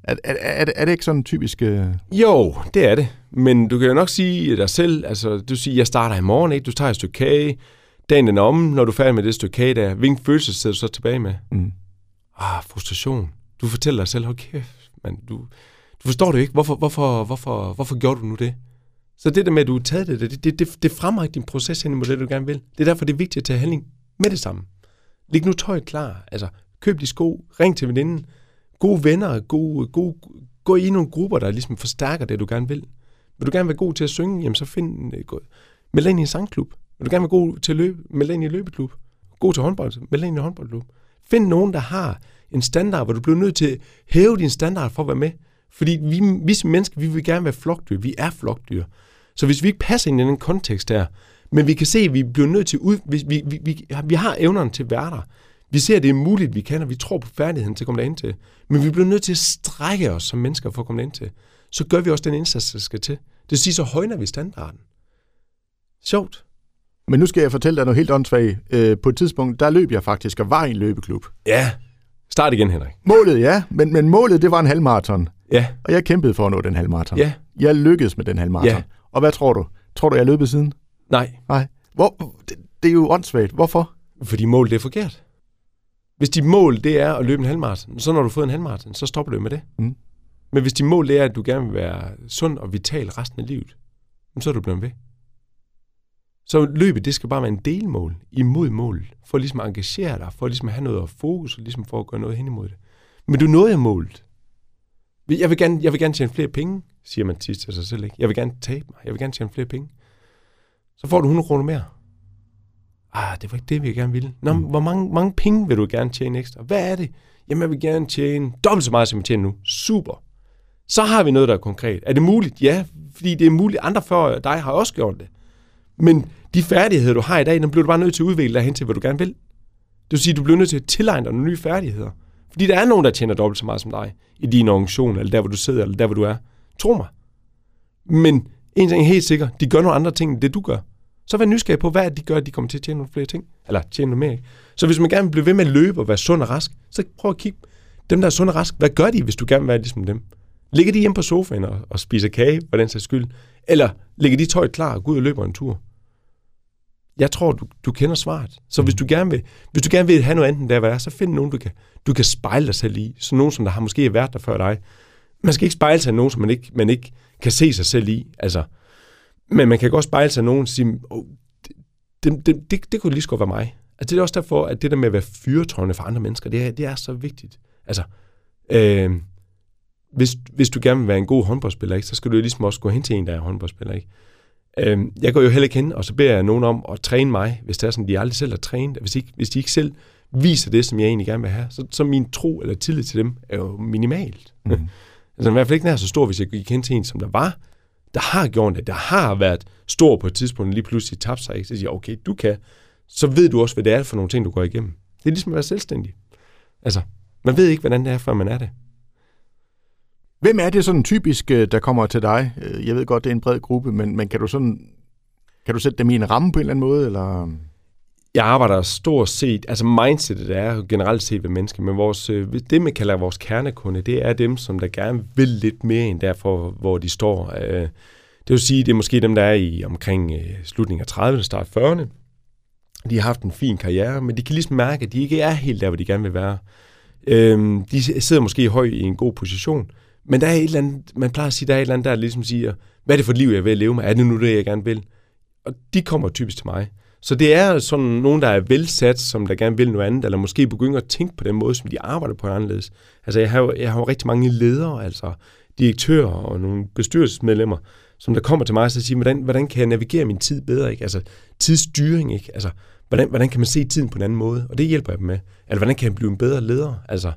Er det ikke sådan typisk? Jo, det er det. Men du kan jo nok sige dig selv, altså du siger, jeg starter i morgen, ikke? Du tager et stykke kage, dagen den om, når du er færdig med det stykke kage der. Hvilken følelse sidder du så tilbage med? Frustration. Du fortæller dig selv, hold kæft, man, du forstår det ikke. Hvorfor gjorde du nu det? Så det der med, at du har taget det fremmer ikke din proces hen imod det, du gerne vil. Det er derfor, det er vigtigt at tage handling med det samme. Læg nu tøjet klar. Altså, køb de sko, ring til veninden, gode venner, gå i nogle grupper, der ligesom forstærker det, du gerne vil. Vil du gerne være god til at synge, jamen så meld dig ind i en sangklub. Vil du gerne være god til at løbe, meld dig ind i en løbeklub. God til håndbold, meld dig ind i en håndboldklub. Find nogen, der har en standard, hvor du bliver nødt til at hæve din standard for at være med. Fordi vi som mennesker, vi vil gerne være flokdyr. Vi er flokdyr. Så hvis vi ikke passer ind i den kontekst der, men vi kan se, at vi bliver nødt til vi har evnerne til at være der. Vi ser, at det er muligt, vi kan, og vi tror på færdigheden til at komme derind til. Men vi bliver nødt til at strække os som mennesker for at komme derind til. Så gør vi også den indsats, der skal til. Det vil sige, så højner vi standarden. Sjovt. Men nu skal jeg fortælle dig noget helt åndssvagt. På et tidspunkt, der løb jeg faktisk og var i en løbeklub. Ja, start igen, Henrik. Målet, ja. Men målet, det var en halvmaraton. Ja. Og jeg kæmpede for at nå den halvmaraton. Ja. Jeg lykkedes med den halvmaraton. Ja. Og hvad tror du? Tror du, jeg løbet siden? Nej. Det er jo åndssvagt. Hvorfor? Fordi målet er forkert. Hvis dit mål, det er at løbe en halvmaraton, så når du får en halvmaraton, så stopper du med det. Men hvis dit mål, det er, at du gerne vil være sund og vital resten af livet, så er du blevet ved. Så løbet, det skal bare være en delmål imod målet, for ligesom at engagere dig, for ligesom at have noget at fokus, og ligesom for at gøre noget hen imod det. Men du nåede målet. Jeg vil gerne tjene flere penge, siger man tit til sig selv, ikke? Jeg vil gerne tabe mig. Jeg vil gerne tjene flere penge. Så får du 100 kroner mere. Det var ikke det, vi gerne ville. Nå, hvor mange penge vil du gerne tjene ekstra? Hvad er det? Jamen, jeg vil gerne tjene dobbelt så meget, som jeg tjener nu. Super. Så har vi noget, der er konkret. Er det muligt? Ja, fordi det er muligt. Andre før dig har også gjort det. Men de færdigheder, du har i dag, dem bliver du bare nødt til at udvikle dig hen til, hvad du gerne vil. Det vil sige, at du bliver nødt til at tilegne dig nogle nye færdigheder. Fordi der er nogen, der tjener dobbelt så meget som dig i din organisation, eller der, hvor du sidder, eller der, hvor du er. Tro mig. Men en ting er helt sikker, de gør nogle andre ting, end det du gør. Så vær nysgerrig på, hvad de gør, at de kommer til at tjene nogle flere ting. Eller tjene noget mere, ikke? Så hvis man gerne vil blive ved med at løbe og være sund og rask, så prøv at kigge. Dem, der er sund og rask, hvad gør de, hvis du gerne vil være ligesom dem? Ligger de hjemme på sofaen og spiser kage, for den sags skyld? Eller ligger de tøjet klar og går ud og løber en tur? Jeg tror, du kender svaret. Så hvis du gerne vil have noget andet end der, hvad er, så find nogen, du kan spejle dig selv i. Så nogen, som der har måske været der før dig. Man skal ikke spejle sig af nogen, som man ikke kan se sig selv i. Altså, men man kan godt spejle sig af nogen og sige, det kunne lige så godt være mig. Altså, det er også derfor, at det der med at være fyrtårne for andre mennesker, det er så vigtigt. Altså, hvis du gerne vil være en god håndboldspiller, ikke, så skal du jo ligesom også gå hen til en, der er håndboldspiller. Ikke? Jeg går jo heller ikke hen, og så beder jeg nogen om at træne mig, hvis det er sådan, de aldrig selv har trænet. Hvis de ikke selv viser det, som jeg egentlig gerne vil have, så min tro eller tillid til dem er jo minimalt. Altså i hvert fald ikke nær så stor, hvis jeg gik hen til en, som der har gjort det, der har været stor på et tidspunkt, og lige pludselig tabte sig, ikke? Så siger jeg, okay, du kan, så ved du også, hvad det er for nogle ting, du går igennem. Det er ligesom at være selvstændig. Altså, man ved ikke, hvordan det er, før man er det. Hvem er det sådan typisk, der kommer til dig? Jeg ved godt, det er en bred gruppe, men kan du sætte dem i en ramme på en eller anden måde? Eller? Jeg arbejder stort set, altså mindsetet er generelt set ved mennesker, men det man kalder vores kernekunde, det er dem, som der gerne vil lidt mere end derfor, hvor de står. Det vil sige, det er måske dem, der er i omkring slutningen af 30'erne, start 40'erne. De har haft en fin karriere, men de kan ligesom mærke, at de ikke er helt der, hvor de gerne vil være. De sidder måske højt i en god position, men der er et eller andet, man plejer at sige, der er et eller andet, der ligesom siger, hvad er det for et liv, jeg vil leve med? Er det nu det, jeg gerne vil? Og de kommer typisk til mig. Så det er sådan nogen, der er velsat, som der gerne vil noget andet, eller måske begynder at tænke på den måde, som de arbejder på anderledes. Altså jeg har jo rigtig mange ledere, altså direktører og nogle bestyrelsesmedlemmer, som der kommer til mig og siger, hvordan kan jeg navigere min tid bedre? Ikke? Altså tidsstyring, ikke? Altså hvordan kan man se tiden på en anden måde? Og det hjælper jeg dem med. Altså hvordan kan jeg blive en bedre leder? Altså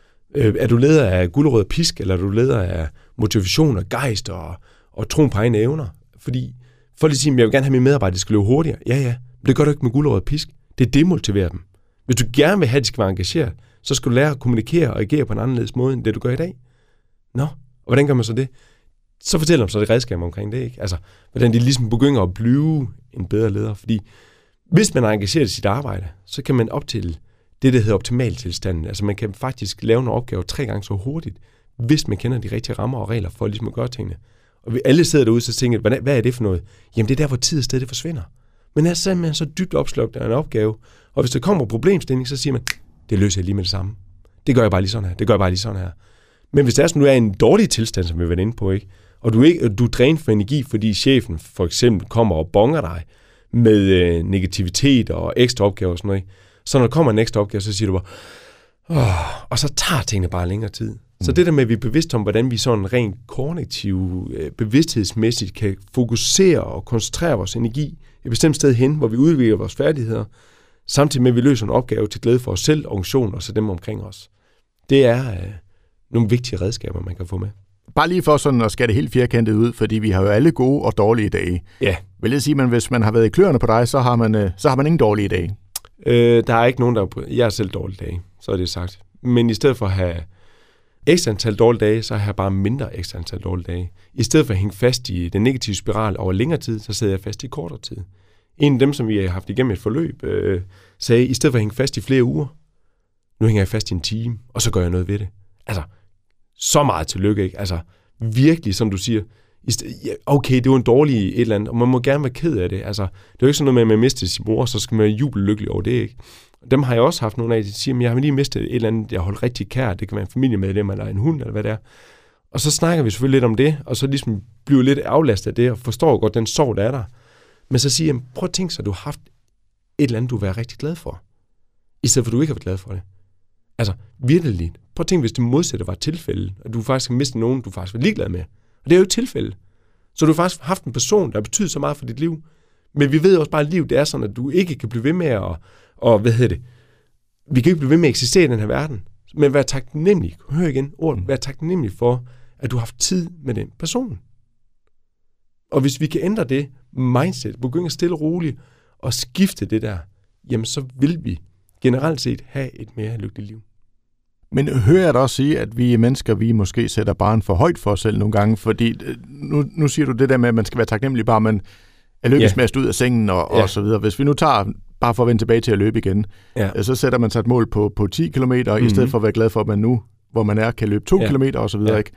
er du leder af gulerod og pisk, eller er du leder af motivation og gejst og troen på egne evner? Fordi folk siger, at jeg vil gerne have mine medarbejdere, de skal løbe hurtigere. Ja, men det gør du ikke med gulerod og pisk. Det demotiverer dem. Hvis du gerne vil have, at de skal være engageret, så skal du lære at kommunikere og agere på en anderledes måde, end det du gør i dag. Nå, og hvordan gør man så det? Så fortæl dem så det redskab omkring det, ikke? Altså, hvordan de ligesom begynder at blive en bedre leder. Fordi hvis man er engageret i sit arbejde, så kan man op til det, der hedder optimaltilstanden. Altså man kan faktisk lave nogle opgaver 3 gange så hurtigt, hvis man kender de rigtige rammer og regler for ligesom at gøre tingene. Og vi alle sidder derude, så tænker, hvad er det for noget? Jamen det er der, hvor tid og sted det forsvinder. Men er simpelthen så dybt opslugt af en opgave, og hvis der kommer en problemstilling, så siger man, det løser jeg lige med det samme. Det gør jeg bare lige sådan her. Det gør jeg bare lige sådan her. Men hvis det er sådan, du er i en dårlig tilstand, som vi har været inde på, ikke? Og du er drænet for energi, fordi chefen for eksempel kommer og bonger dig med negativitet og ekstra opgaver og sådan noget, så når der kommer en ekstra opgave, så siger du bare, og så tager tingene bare længere tid. Så det der med, at vi er bevidste om, hvordan vi sådan rent kognitivt, bevidsthedsmæssigt kan fokusere og koncentrere vores energi et bestemt sted hen, hvor vi udvikler vores færdigheder, samtidig med, at vi løser en opgave til glæde for os selv, organisationen og så dem omkring os. Det er nogle vigtige redskaber, man kan få med. Bare lige for sådan at skære det helt firkantet ud, fordi vi har jo alle gode og dårlige dage. Ja. Vil jeg sige, at hvis man har været i kløerne på dig, så har man ingen dårlige dage. Der er ikke nogen, jeg er selv dårlige dage, så er det sagt. Men i stedet for at have ekstra antal dårlige dage, så har jeg bare mindre ekstra antal dårlige dage. I stedet for at hænge fast i den negative spiral over længere tid, så sidder jeg fast i kortere tid. En af dem, som vi har haft igennem et forløb, sagde, i stedet for at hænge fast i flere uger, nu hænger jeg fast i en time, og så gør jeg noget ved det. Altså, så meget tillykke, ikke? Altså, virkelig, som du siger, okay, det var en dårlig et eller andet, og man må gerne være ked af det. Altså, det er jo ikke sådan noget med, at man mister sin mor, så skal man juble lykkelig over det, ikke? Dem har jeg også haft nogle af, der siger, at jeg har lige mistet et eller andet, jeg holdt rigtig kær, det kan være en familiemedlem, eller en hund, eller hvad det er. Og så snakker vi selvfølgelig lidt om det, og så ligesom bliver lidt aflastet af det, og forstår godt den sorg, der er der. Men så siger jeg, prøv at tænke sig, at du har haft et eller andet, du vil være rigtig glad for, i stedet for, at du ikke har været glad for det. Altså, virkelig. Prøv at tænke, hvis det modsatte var et tilfælde, og du faktisk har mistet nogen, du faktisk var ligeglad med. Og det er jo et tilfælde. Så du har faktisk haft en person, der betyder så meget for dit liv. Men vi ved også bare, at livet er sådan, at du ikke kan blive ved med vi kan ikke blive ved med at eksistere i den her verden. Men vær taknemmelig, hør igen ordet, vær taknemmelig for, at du har haft tid med den person. Og hvis vi kan ændre det mindset, begynde stille og roligt og skifte det der, jamen så vil vi generelt set have et mere lykkeligt liv. Men hører jeg da også sige, at vi mennesker, vi måske sætter barren for højt for os selv nogle gange, fordi nu siger du det der med, at man skal være taknemmelig, bare man er lykkes med at stå ud af sengen og så videre. Hvis vi nu tager, bare for at vende tilbage til at løbe igen, så sætter man sig et mål på 10 kilometer, i stedet for at være glad for, at man nu, hvor man er, kan løbe 2 kilometer og så videre. Ikke?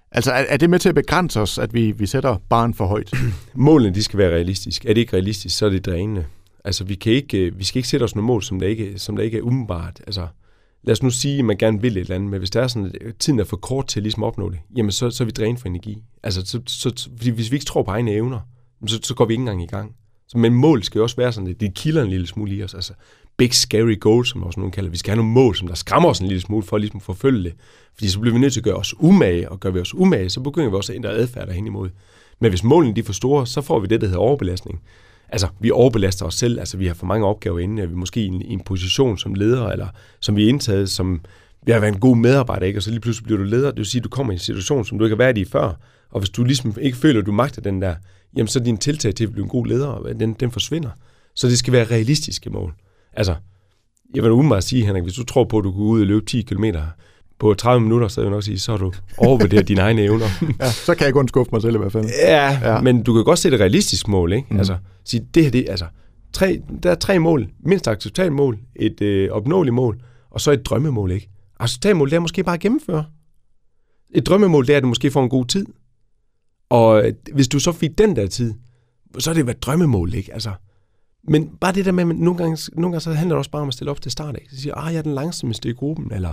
Altså, er det med til at begrænse os, at vi sætter barren for højt? Målene, de skal være realistiske. Er det ikke realistisk, så er det drænende. Altså, vi skal ikke sætte os nogle mål, som der ikke er umiddelbart. Altså, lad os nu sige, at man gerne vil et eller andet, men hvis der er sådan, at tiden er for kort til at ligesom opnå det, jamen så er vi drænet for energi. Altså, fordi hvis vi ikke tror på egne evner, så går vi ikke engang i gang. Men mål skal jo også være sådan, at det kilder en lille smule i os. Altså, big scary goals, som også nogen kalder. Vi skal have nogle mål, som der skræmmer os en lille smule for at ligesom forfølge det. Fordi så bliver vi nødt til at gøre os umage, og gør vi os umage, så begynder vi også at ændre adfærd hen imod. Men hvis målene de er for store, så får vi det, der hedder overbelastning. Altså, vi overbelaster os selv, altså vi har for mange opgaver inde, at vi måske i en position som leder, eller som vi er indtaget, som vi har været en god medarbejder, ikke? Og så lige pludselig bliver du leder, det vil sige, at du kommer i en situation, som du ikke har været i før, og hvis du ligesom ikke føler, at du magter den der, jamen så din tiltag til at blive en god leder, den forsvinder. Så det skal være realistiske mål. Altså, jeg vil umiddelbart sige, Henrik, hvis du tror på, at du går ud og løbe 10 kilometer på 30 minutter, så vil jeg nok sige, så har du overvurderet dine egne evner. Ja, så kan jeg kun skuffe mig selv i hvert fald. Ja, men du kan godt sætte et realistisk mål, ikke? Altså, sige, der er 3 mål. Mindst acceptabelt mål, et opnåeligt mål, og så et drømmemål, ikke? Acceptabelt mål, det er måske bare at gennemføre. Et drømmemål, det er, at du måske får en god tid. Og hvis du så fik den der tid, så er det jo et drømmemål, ikke? Altså, men bare det der med, at nogle gange så handler det også bare om at stille op til start, ikke? Så siger jeg er den langsomste i gruppen, eller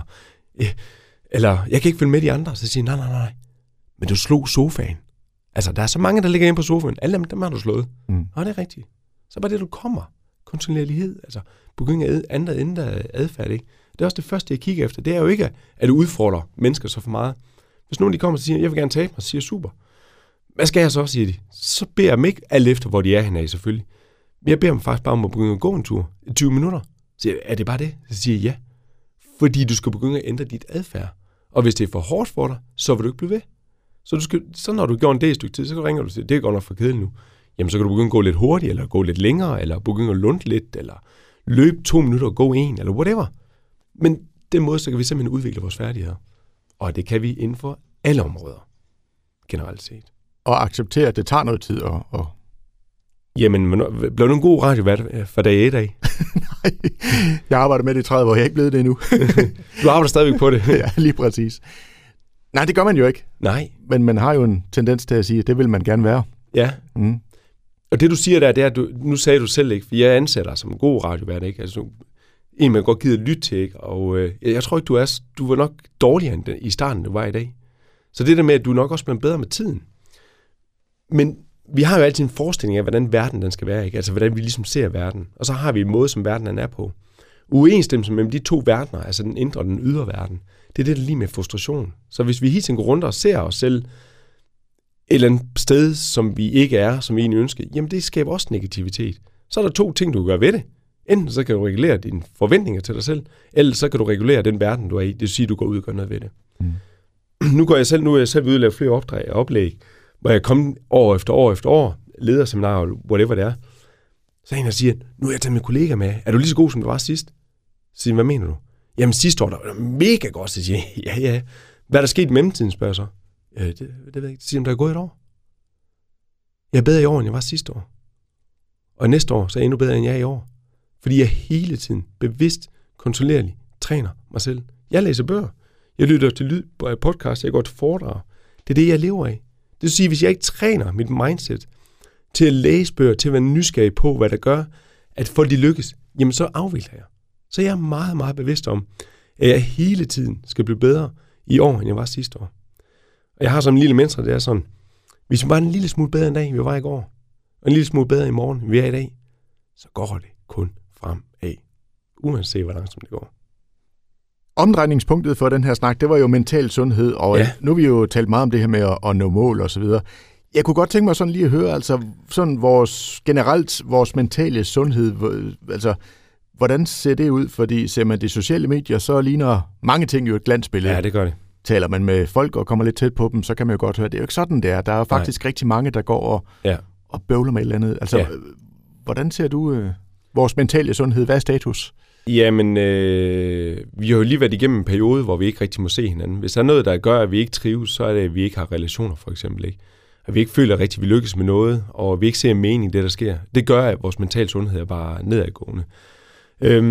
jeg kan ikke følge med de andre. Så siger jeg, nej, men du slog sofaen. Altså, der er så mange, der ligger inde på sofaen. Alle dem har du slået. Det er rigtigt. Så bare det, du kommer. Kontinuerlighed, altså begynde at ændre adfærd, ikke? Det er også det første, jeg kigger efter. Det er jo ikke, at du udfordrer mennesker så for meget. Hvis nogen de kommer og siger, jeg vil gerne tabe mig, så siger jeg, super. Hvad skal jeg så, siger de? Så beder jeg dem ikke alt efter, hvor de er henne af, selvfølgelig. Men jeg beder dem faktisk bare om at begynde at gå en tur i 20 minutter. Så siger jeg, er det bare det? Så siger jeg, ja. Fordi du skal begynde at ændre dit adfærd. Og hvis det er for hårdt for dig, så vil du ikke blive ved. Så når du gjort en del stykke tid, så ringer du til, det er godt nok for kedeligt nu. Jamen, så kan du begynde at gå lidt hurtigt, eller gå lidt længere, eller begynde at lunde lidt, eller løbe 2 minutter og gå 1, eller whatever. Men den måde, så kan vi simpelthen udvikle vores færdigheder. Og det kan vi inden for alle områder, generelt set. Og acceptere, at det tager noget tid og... Jamen, blev du en god radiovært for dag 1 af? Nej, jeg arbejder med det i 30 år, jeg er ikke blevet det endnu. Du arbejder stadigvæk på det? Ja, lige præcis. Nej, det gør man jo ikke. Nej. Men man har jo en tendens til at sige, at det vil man gerne være. Ja. Og det du siger der, det er, at nu sagde du selv ikke, for jeg ansætter dig som en god radiovært, ikke? Altså, en man godt gider lytte til, ikke? Og jeg tror ikke, du var nok dårligere end i starten, du var i dag. Så det der med, at du nok også bliver bedre med tiden. Men vi har jo altid en forestilling af, hvordan verden den skal være, ikke? Altså, hvordan vi ligesom ser verden. Og så har vi en måde, som verden den er på. Uenstemmelse mellem de to verdener, altså den indre og den ydre verden, det er det, der lige med frustration. Så hvis vi hele tiden går rundt og ser os selv et eller andet sted, som vi ikke er, som vi egentlig ønsker, jamen det skaber også negativitet. Så er der 2 ting, du kan gøre ved det. Enten så kan du regulere dine forventninger til dig selv, eller så kan du regulere den verden, du er i. Det vil sige, at du går ud og gør noget ved det. Nu er jeg selv ude og lave flere oplæg, hvor jeg kommer år efter år, lederseminarer, whatever det er. Så er en, der siger, nu er jeg taget min kollega med. Er du lige så god, som du var sidst? Så siger, hvad mener du? Jamen sidste år, der var mega godt. Så siger jeg, ja. Hvad er der sket i mellemtiden, spørger så? Det ved jeg ikke. Så siger der er gået et år. Jeg er bedre i år, end jeg var sidste år. Og næste år, så er jeg endnu bedre, end jeg er i år. Fordi jeg hele tiden bevidst, kontrollerligt træner mig selv. Jeg læser bøger. Jeg lytter til podcast. Jeg går til foredrag. Det er det, jeg lever af. Det vil sige, hvis jeg ikke træner mit mindset til at læse bøger, til at være nysgerrig på, hvad der gør, at folk de lykkes, jamen så afvikler jeg. Så jeg er meget, meget bevidst om, at jeg hele tiden skal blive bedre i år, end jeg var sidste år. Og jeg har sådan en lille mantra, det er sådan, hvis vi var en lille smule bedre en dag, vi var i går, og en lille smule bedre i morgen, end vi er i dag, så går det kun fremad, uanset hvor langsomt det går. Omdrejningspunktet for den her snak, det var jo mental sundhed, og nu har vi jo talt meget om det her med at nå mål og så videre. Jeg kunne godt tænke mig sådan lige at høre, altså sådan vores mentale sundhed, altså hvordan ser det ud? Fordi ser man de sociale medier, så ligner mange ting jo et glansbillede. Ja, det gør det. Taler man med folk og kommer lidt tæt på dem, så kan man jo godt høre, det er jo ikke sådan, det er. Der er faktisk rigtig mange, der går og bøvler med et eller andet. Altså, hvordan ser du vores mentale sundhed? Hvad er status? Jamen, vi har jo lige været igennem en periode, hvor vi ikke rigtig må se hinanden. Hvis der er noget, der gør, at vi ikke trives, så er det, at vi ikke har relationer, for eksempel. Ikke? At vi ikke føler rigtigt, at vi lykkes med noget, og vi ikke ser mening i det, der sker. Det gør, at vores mentale sundhed er bare nedadgående.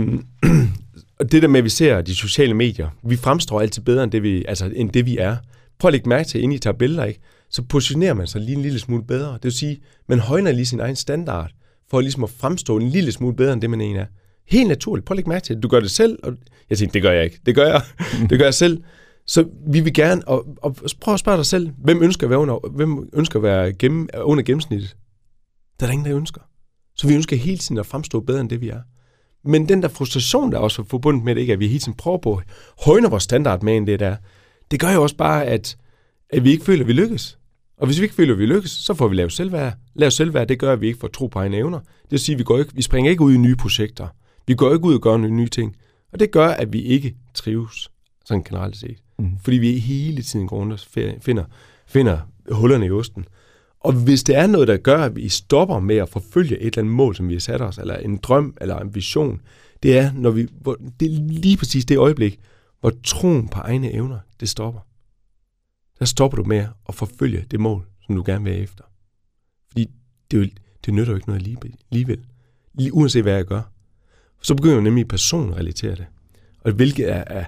Og det der med, at vi ser de sociale medier, vi fremstår altid bedre end det, vi er. prøv at lægge mærke til, inden I tager billeder, ikke? Så positionerer man sig lige en lille smule bedre. Det vil sige, man højner lige sin egen standard, for ligesom at fremstå en lille smule bedre, end det man egentlig er. Helt naturligt. Prøv at lægge mærke til det. Du gør det selv, og jeg tænkte, det gør jeg ikke. Det gør jeg. Det gør jeg selv. Så vi vil gerne, og prøv at spørge dig selv, hvem ønsker at være under gennemsnittet? Der er der ingen, der ønsker. Så vi ønsker hele tiden at fremstå bedre, end det vi er. Men den der frustration, der er også forbundet med det, ikke, at vi hele tiden prøver på at højne vores standard med, end det der, det gør jo også bare, at vi ikke føler, at vi lykkes. Og hvis vi ikke føler, at vi lykkes, så får vi lavet selvværd. Lavet selvværd, det gør, at vi ikke får tro på egne evner. Det vil sige, at vi springer ikke ud i nye projekter. Vi går ikke ud og gør nye ting. Og det gør, at vi ikke trives, sådan generelt set. Fordi vi hele tiden går rundt og finder hullerne i osten. Og hvis det er noget, der gør, at vi stopper med at forfølge et eller andet mål, som vi har sat os, eller en drøm, eller en vision, det er, det er lige præcis det øjeblik, hvor troen på egne evner, det stopper. Der stopper du med at forfølge det mål, som du gerne vil have efter. Fordi det nytter jo ikke noget alligevel. Uanset hvad jeg gør. Så begynder jeg nemlig at personrelatere det. Og hvilket er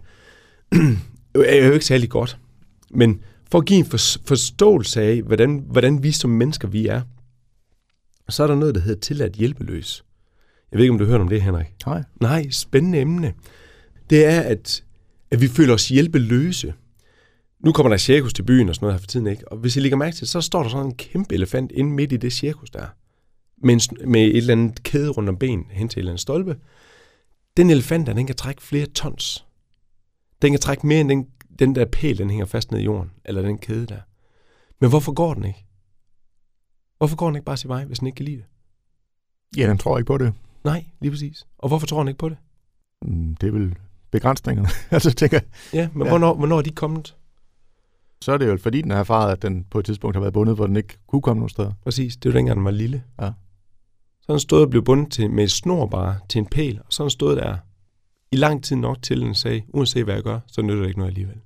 jo ikke særlig godt. Men for at give en forståelse af, hvordan vi som mennesker vi er, så er der noget, der hedder tilladt hjælpeløs. Jeg ved ikke, om du har hørt om det, Henrik? Nej, spændende emne. Det er, at vi føler os hjælpeløse. Nu kommer der cirkus til byen og sådan noget her for tiden, ikke? Og hvis I lægger mærke til, så står der sådan en kæmpe elefant inde midt i det cirkus der. Med et eller andet kæde rundt om ben hen til et eller andet stolpe. Den elefant, den kan trække flere tons. Den kan trække mere end den der pæl, den hænger fast ned i jorden. Eller den kæde der. Men hvorfor går den ikke? Hvorfor går den ikke bare sin vej, hvis den ikke kan lide det? Ja, den tror ikke på det. Nej, lige præcis. Og hvorfor tror den ikke på det? Det er vel begrænsningerne. Altså, tænker ja, men ja. Hvornår er de kommet? Så er det jo fordi, den har erfaret, at den på et tidspunkt har været bundet, hvor den ikke kunne komme nogen steder. Præcis, det var dengang, den var lille. Ja. Så den stod og blev bundet med et snor bare til en pæl, og så den stod der i lang tid nok til, den sagde, uanset hvad jeg gør, så nytter det ikke noget alligevel.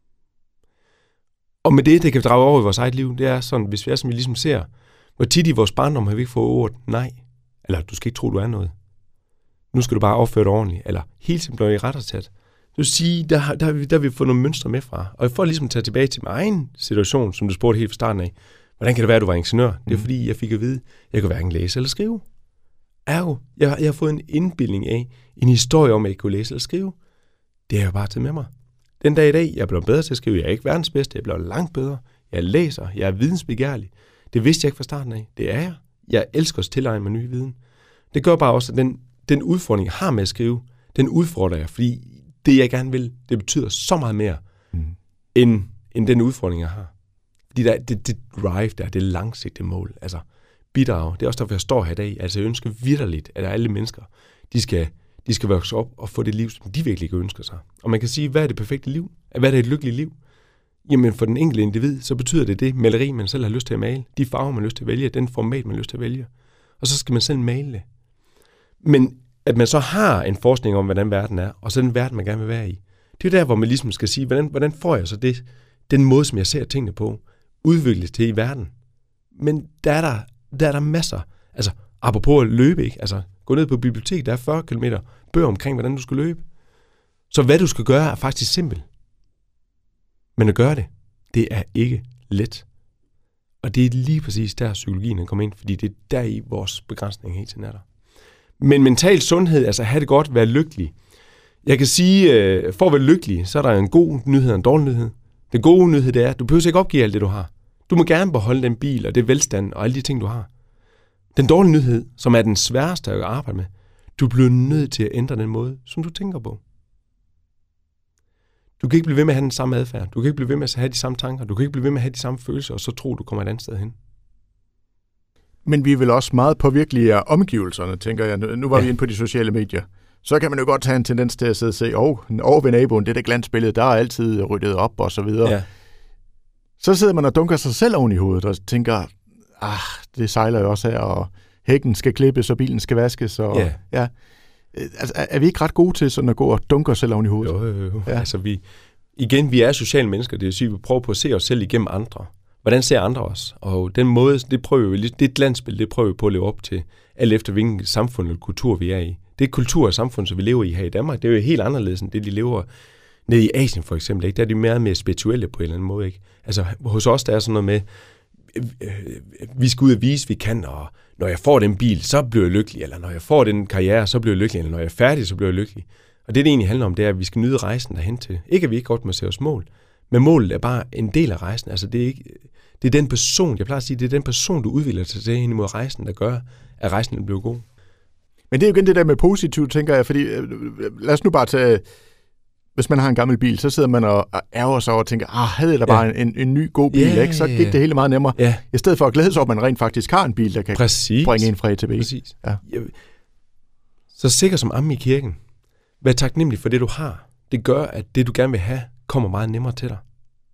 Og med det kan vi drage over i vores eget liv, det er sådan, hvis vi er som vi ligesom ser, hvor tit i vores barndom har vi ikke fået ordet nej, eller du skal ikke tro, du er noget. Nu skal du bare opføre dig ordentligt, eller hele tiden blive i rettersat. Det vil sige, der har vi fået nogle mønstre med fra. Og for at ligesom tage tilbage til min egen situation, som du spurgte helt fra starten af, hvordan kan det være, at du var ingeniør? Det er fordi, jeg fik at vide, at jeg kunne hverken læse eller skrive. Ergo, jeg har fået en indbildning af, en historie om, at jeg ikke kunne læse eller skrive. Det har jeg bare taget med mig. Den dag i dag, jeg er blevet bedre til at skrive. Jeg er ikke verdens bedste, jeg er blevet langt bedre. Jeg læser, jeg er vidensbegærlig. Det vidste jeg ikke fra starten af. Det er jeg. Jeg elsker at tilegne mig ny viden. Det gør bare også, at den udfordring, jeg har med at skrive, den udfordrer jeg, fordi det, jeg gerne vil, det betyder så meget mere, end den udfordring, jeg har. Fordi det drive der, det langsigtede mål, altså bidrag. Det er også derfor, jeg står her i dag. Altså jeg ønsker vitterligt, at alle mennesker, de skal vokse op og få det liv, som de virkelig ønsker sig. Og man kan sige, hvad er det perfekte liv? Hvad er det et lykkeligt liv? Jamen for den enkelte individ, så betyder det maleri, man selv har lyst til at male, de farver, man har lyst til at vælge, den format, man har lyst til at vælge. Og så skal man selv male det. Men at man så har en forskning om, hvordan verden er, og så den verden, man gerne vil være i. Det er der, hvor man ligesom skal sige, hvordan får jeg så den måde, som jeg ser tingene på, udvikles til i verden. Men der er der masser. Altså, apropos at løbe, ikke? Altså, gå ned på biblioteket, der er 40 km bøger omkring, hvordan du skal løbe. Så hvad du skal gøre, er faktisk simpelt. Men at gøre det er ikke let. Og det er lige præcis der, psykologien kommer ind, fordi det er der i vores begrænsning helt til er der. Men mental sundhed, altså have det godt, være lykkelig. Jeg kan sige, for at være lykkelig, så er der en god nyhed og en dårlig nyhed. Den gode nyhed, det er, at du behøver ikke opgive alt det, du har. Du må gerne beholde den bil og det velstand og alle de ting, du har. Den dårlige nyhed, som er den sværeste at arbejde med, du bliver nødt til at ændre den måde, som du tænker på. Du kan ikke blive ved med at have den samme adfærd. Du kan ikke blive ved med at have de samme tanker. Du kan ikke blive ved med at have de samme følelser, og så tro, du kommer et andet sted hen. Men vi er vel også meget påvirkelige af omgivelserne, tænker jeg. Nu var vi inde på de sociale medier. Så kan man jo godt have en tendens til at sidde og se, over ved naboen, det der glansbillede, der er altid ryddet op og så videre. Ja. Så sidder man og dunker sig selv oven i hovedet og tænker, det sejler jo også her, og hækken skal klippes, og bilen skal vaskes. Og, ja. Altså, er vi ikke ret gode til sådan at gå og dunke os selv oven i hovedet? Jo. Ja. Altså, vi er sociale mennesker, det vil sige, at vi prøver på at se os selv igennem andre. Hvordan ser andre os? Og den måde, det er et glansbillede, det prøver vi på at leve op til, alt efter hvilken samfund eller kultur vi er i. Det er kultur og samfund, som vi lever i her i Danmark, det er jo helt anderledes end det, de lever Nede i Asien for eksempel, ikke? Der er de meget mere spirituelle på en eller anden måde. Ikke? Altså hos os, der er sådan noget med, vi skal ud og vise, vi kan, og når jeg får den bil, så bliver jeg lykkelig, eller når jeg får den karriere, så bliver jeg lykkelig, eller når jeg er færdig, så bliver jeg lykkelig. Og det egentlig handler om, det er, at vi skal nyde rejsen derhen til. Ikke at vi ikke godt må se os mål, men målet er bare en del af rejsen. Altså det er den person, jeg plejer at sige, det er den person, du udvikler til hen imod rejsen, der gør, at rejsen bliver god. Men det er jo igen det der med positivt, tænker jeg, fordi lad os nu bare tage, hvis man har en gammel bil, så sidder man og ærger sig over og tænker, havde jeg da bare en ny god bil, ikke? Så gik det hele meget nemmere. Ja. I stedet for at glæde sig over, at man rent faktisk har en bil, der kan bringe en fra A til B. Præcis. Ja. Så sikkert som amme i kirken, vær taknemmelig for det, du har. Det gør, at det, du gerne vil have, kommer meget nemmere til dig.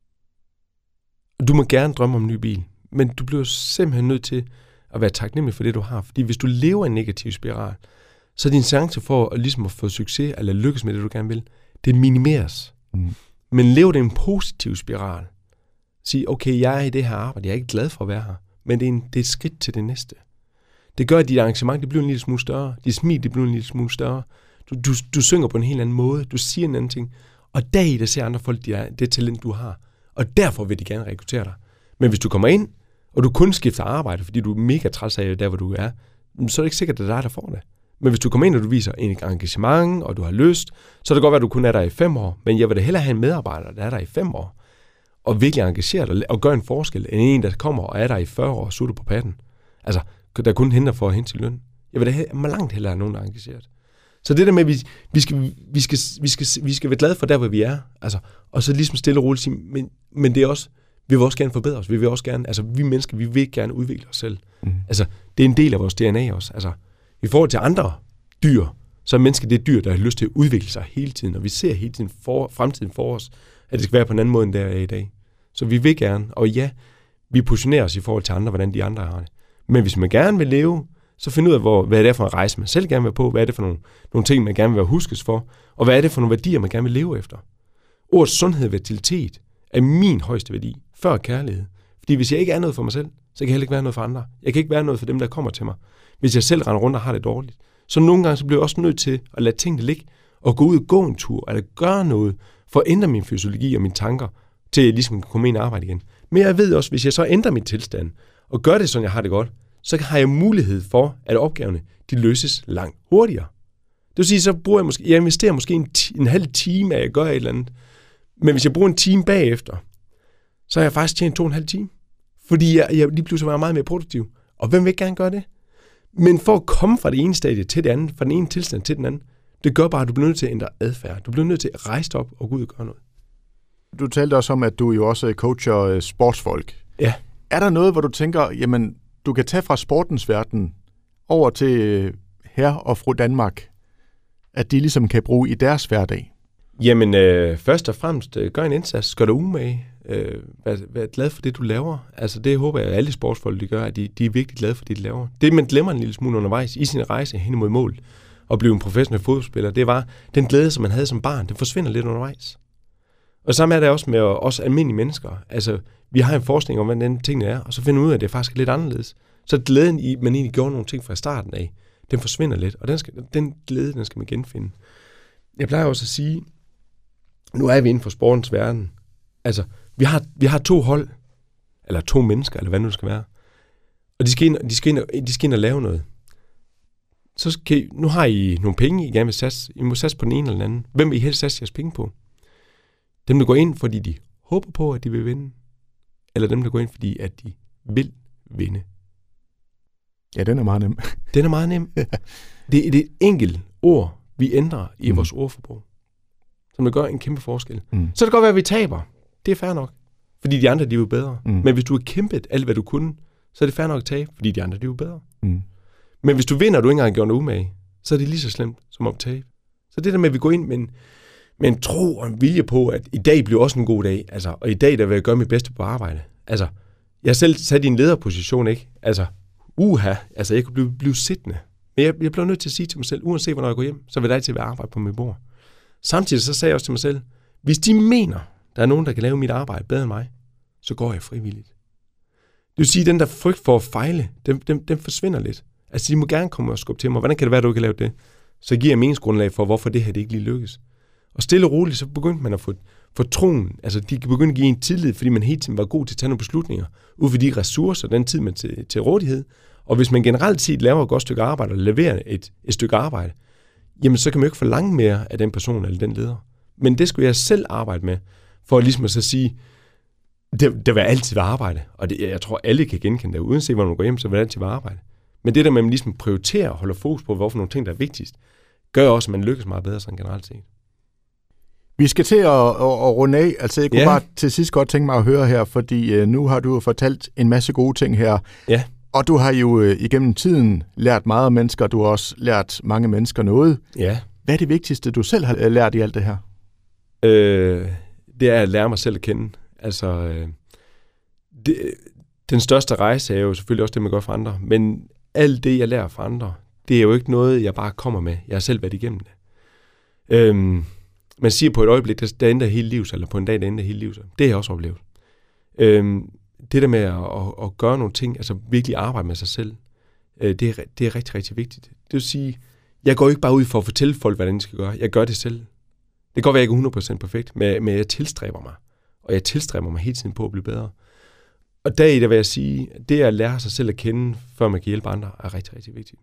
Du må gerne drømme om en ny bil, men du bliver simpelthen nødt til at være taknemmelig for det, du har. Fordi hvis du lever i en negativ spiral, så er din chance for at få succes eller lykkes med det, du gerne vil, det minimeres. Men lev det i en positiv spiral. Sig, okay, jeg er i det her arbejde, jeg er ikke glad for at være her, men det er et skridt til det næste. Det gør, at dit arrangement det bliver en lille smule større. Dit smil det bliver en lille smule større. Du synger på en helt anden måde. Du siger en anden ting. Og deri, der ser andre folk, det talent, du har. Og derfor vil de gerne rekruttere dig. Men hvis du kommer ind, og du kun skifter arbejde, fordi du er mega træt af der, hvor du er, så er det ikke sikkert, at det er dig, der får det. Men hvis du kommer ind, og du viser en engagement, og du har lyst, så er det godt være, at du kun er der i 5 år. Men jeg vil da hellere have en medarbejder, der er der i 5 år, og virkelig engagerer dig og gør en forskel, end en, der kommer og er der i 40 år og sutter på patten. Altså, der kun henter for at hente til løn. Jeg vil da langt hellere have nogen, der er engageret. Så det der med, at vi skal være glade for der, hvor vi er, altså, og så ligesom stille og roligt sige, men det er også, vi vil også gerne forbedre os, vi vil også gerne, altså vi mennesker, vi vil gerne udvikle os selv. Altså, det er en del af vores DNA også. Altså, i forhold til andre dyr, så er mennesket det dyr, der har lyst til at udvikle sig hele tiden, og vi ser hele tiden fremtiden for os, at det skal være på en anden måde, end det er i dag. Så vi vil gerne, og ja, vi positionerer os i forhold til andre, hvordan de andre har det. Men hvis man gerne vil leve, så find ud af, hvad det er for en rejse, man selv gerne vil være på, hvad er det for nogle ting, man gerne vil være huskes for, og hvad er det for nogle værdier, man gerne vil leve efter. Ordet sundhed og fertilitet er min højeste værdi, før kærlighed. Fordi hvis jeg ikke er noget for mig selv, så kan jeg heller ikke være noget for andre. Jeg kan ikke være noget for dem, der kommer til mig. Hvis jeg selv render rundt og har det dårligt. Så nogle gange så bliver jeg også nødt til at lade tingene ligge, og gå ud og gå en tur, eller gøre noget, for at ændre min fysiologi og mine tanker, til at jeg ligesom kan komme ind og arbejde igen. Men jeg ved også, hvis jeg så ændrer min tilstand, og gør det, sådan jeg har det godt, så har jeg mulighed for, at opgaverne, de løses langt hurtigere. Det vil sige, så bruger jeg investerer måske en halv time, at jeg gør et eller andet. Men hvis jeg bruger en time bagefter, så har jeg faktisk tjent 2,5 timer. Fordi jeg lige pludselig var meget mere produktiv. Og hvem vil ikke gerne gøre det? Men for at komme fra det ene stadie til det andet, fra den ene tilstand til den anden, det gør bare, at du bliver nødt til at ændre adfærd. Du bliver nødt til at rejse op og gå ud og gøre noget. Du talte også om, at du jo også coacher sportsfolk. Ja. Er der noget, hvor du tænker, jamen, du kan tage fra sportens verden over til herre og fru Danmark, at de ligesom kan bruge i deres hverdag? Jamen, først og fremmest, gør en indsats, gør dig umage, vær glad for det, du laver. Altså, det håber jeg, at alle sportsfolk, de gør, at de er virkelig glade for det, de laver. Det, man glemmer en lille smule undervejs i sin rejse hen imod mål, og blive en professionel fodboldspiller, det var den glæde, som man havde som barn, den forsvinder lidt undervejs. Og sammen er det også med os almindelige mennesker. Altså, vi har en forskning om, hvordan den tingene er, og så finder vi ud af, at det faktisk er lidt anderledes. Så glæden i, man egentlig gjorde nogle ting fra starten af, den forsvinder lidt, og den glæde, den skal man genfinde. Jeg plejer også at sige, nu er vi inden for sportens verden. Altså, vi har 2 hold, eller 2 mennesker, eller hvad nu det skal være. Og de skal ind og lave noget. Så nu har I nogle penge, I gerne vil satse. I må satse på den ene eller den anden. Hvem vil I helst satse jeres penge på? Dem, der går ind, fordi de håber på, at de vil vinde? Eller dem, der går ind, fordi at de vil vinde? Ja, den er meget nem. Den er meget nem. Det er et enkelt ord, vi ændrer i vores ordforbrug, som det gør en kæmpe forskel. Så det kan godt være, at vi taber. Det er fair nok, fordi de andre, de er jo bedre. Men hvis du har kæmpet alt, hvad du kunne, så er det fair nok at tabe, fordi de andre, de er jo bedre. Men hvis du vinder, og du ikke engang gjort noget umage, så er det lige så slemt som at tabe. Så det der med, at vi går ind med en tro og en vilje på, at i dag bliver også en god dag, altså, og i dag, der vil jeg gøre mit bedste på arbejde. Altså, jeg selv sat i en lederposition, ikke? Altså, jeg kunne blive siddende. Men jeg blev nødt til at sige til mig selv, uanset hvornår jeg går hjem, så vil jeg altid være arbejde på mit bord. Samtidig så sagde jeg også til mig selv, hvis de mener, der er nogen, der kan lave mit arbejde bedre end mig, så går jeg frivilligt. Det vil sige, at den der frygt for at fejle, den forsvinder lidt. Altså, de må gerne komme og skubbe til mig. Hvordan kan det være, at du ikke kan lave det? Så giver jeg meningsgrundlag for, hvorfor det her det ikke lige lykkes. Og stille og roligt, så begyndte man at få troen, altså de begyndte at give en tillid, fordi man hele tiden var god til at tage nogle beslutninger, ud for de ressourcer, den tid man til rådighed. Og hvis man generelt set laver et godt stykke arbejde, og leverer et stykke arbejde, jamen så kan man jo ikke forlange mere af den person eller den leder. Men det skulle jeg selv arbejde med, for ligesom at så sige, det vil altid være arbejde. Og det, jeg tror, alle kan genkende det. Uanset hvor man går hjem, så vil det altid være arbejde. Men det der med, at man ligesom prioriterer og holder fokus på, hvorfor nogle ting, der er vigtigst, gør også, at man lykkes meget bedre sådan generelt set. Vi skal til at runde af. Altså, jeg kunne bare til sidst godt tænke mig at høre her, fordi nu har du fortalt en masse gode ting her. Ja. Og du har jo igennem tiden lært meget af mennesker, og du har også lært mange mennesker noget. Ja. Hvad er det vigtigste, du selv har lært i alt det her? Det er at lære mig selv at kende. Altså, den største rejse er jo selvfølgelig også det, man gør for andre. Men alt det, jeg lærer fra andre, det er jo ikke noget, jeg bare kommer med. Jeg har selv været igennem det. Man siger på et øjeblik, der ændrer hele livet, eller på en dag, der ændrer hele livet. Det har jeg også oplevet. Det der med at gøre nogle ting, altså virkelig arbejde med sig selv, det er rigtig, rigtig vigtigt. Det vil sige, jeg går ikke bare ud for at fortælle folk, hvordan de skal gøre. Jeg gør det selv. Det kan godt være, at jeg ikke er 100% perfekt, men jeg tilstræber mig. Og jeg tilstræber mig hele tiden på at blive bedre. Og deri, der vil jeg sige, det at lære sig selv at kende, før man kan hjælpe andre, er rigtig, rigtig vigtigt.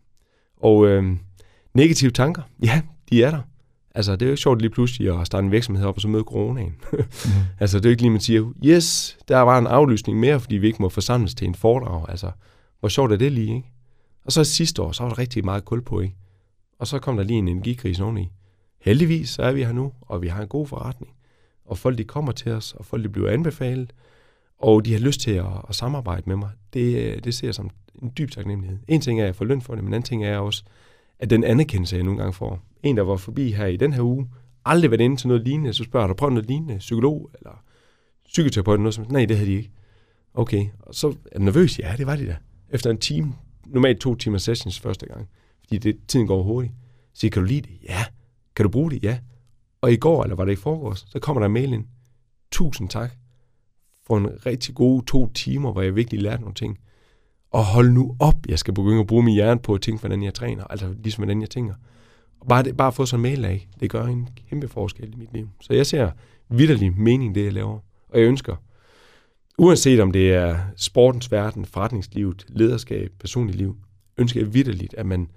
Og negative tanker, ja, de er der. Altså, det er jo ikke sjovt lige pludselig at starte en virksomhed op og så møde coronaen. Altså, det er jo ikke lige, man siger, yes, der var en aflysning mere, fordi vi ikke må forsamles til en foredrag. Altså, hvor sjovt er det lige, ikke? Og så sidste år, så var der rigtig meget kul på, ikke? Og så kom der lige en energikrise oveni. Heldigvis så er vi her nu, og vi har en god forretning. Og folk, de kommer til os, og folk, de bliver anbefalet, og de har lyst til at samarbejde med mig. Det ser jeg som en dyb taknemmelighed. En ting er, at jeg får løn for det, men en anden ting er også, at den anerkendelse, jeg nogle gange får. En, der var forbi her i den her uge, aldrig været inde til noget lignende, så spørger jeg, har du prøvet noget lignende? Psykolog eller psykoterapeut? Noget som, nej, det havde de ikke. Okay, og så er jeg nervøs. Ja, det var de da. Efter en time, normalt 2 timer sessions første gang, fordi tiden går hurtigt. Så siger, kan du lide det? Ja. Kan du bruge det? Ja. Og i går, eller var det i forgårs, så kommer der en mail ind. 1000 tak for en rigtig god 2 timer, hvor jeg virkelig lærte nogle ting. Og hold nu op, jeg skal begynde at bruge min hjerne på at tænke, hvordan jeg træner, altså ligesom hvordan jeg tænker. Og bare at få sådan en mail af, det gør en kæmpe forskel i mit liv. Så jeg ser vitterlig mening det, jeg laver. Og jeg ønsker, uanset om det er sportens verden, forretningslivet, lederskab, personligt liv, ønsker jeg vitterligt,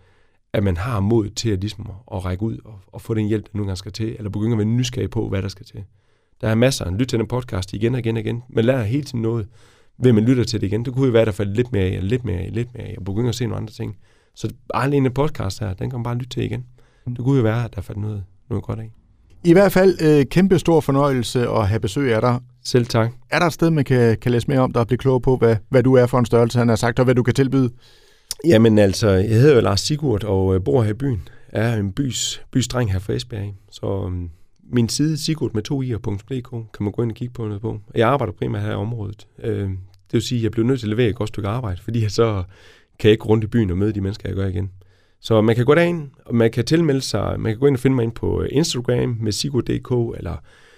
at man har mod til at, ligesom at række ud og få den hjælp, der nogle gange skal til, eller begynde at være nysgerrig på, hvad der skal til. Der er masser af lyt til den podcast igen og igen og igen. Man lærer hele tiden noget, ved man lytter til det igen. Det kunne jo være, at der faldt lidt mere af, og begynde at se nogle andre ting. Så alene en podcast her, den kan man bare lytte til igen. Det kunne jo være, at der faldt noget godt af. I hvert fald kæmpe stor fornøjelse at have besøg af dig. Selv tak. Er der et sted, man kan læse mere om dig og blive klog på, hvad du er for en størrelse, han har sagt, og hvad du kan tilbyde? Jamen altså, jeg hedder jo Lars Sigurd og bor her i byen. Jeg er en bys dreng her fra Esbjerg. Så min side, Sigurd med 2i.dk, kan man gå ind og kigge på noget på. Jeg arbejder primært her i området. Det vil sige, at jeg bliver nødt til at levere et godt stykke arbejde, fordi så kan jeg ikke rundt i byen og møde de mennesker, jeg gør igen. Så man kan gå derind, og man kan tilmelde sig, man kan gå ind og finde mig ind på Instagram med Sigurd.dk, eller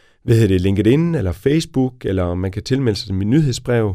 LinkedIn, eller Facebook, eller man kan tilmelde sig til min nyhedsbrev.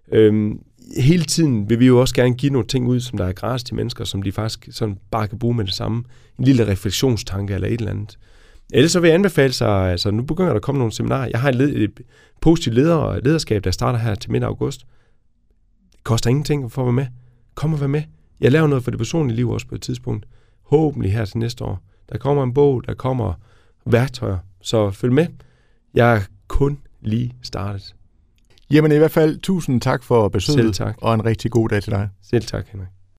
Hele tiden vil vi jo også gerne give nogle ting ud, som der er gratis til mennesker, som de faktisk sådan bare kan bruge med det samme. En lille refleksionstanke eller et eller andet. Ellers så vil jeg anbefale sig, altså nu begynder der at komme nogle seminarer. Jeg har et positivt lederskab, der starter her til midt august. Det koster ingenting for at være med. Kom og vær med. Jeg laver noget for det personlige liv også på et tidspunkt. Håbentlig her til næste år. Der kommer en bog, der kommer værktøjer. Så følg med. Jeg er kun lige startet. Jamen i hvert fald, 1000 tak for besøget. Selv tak. Og en rigtig god dag til dig. Selv tak, Henrik.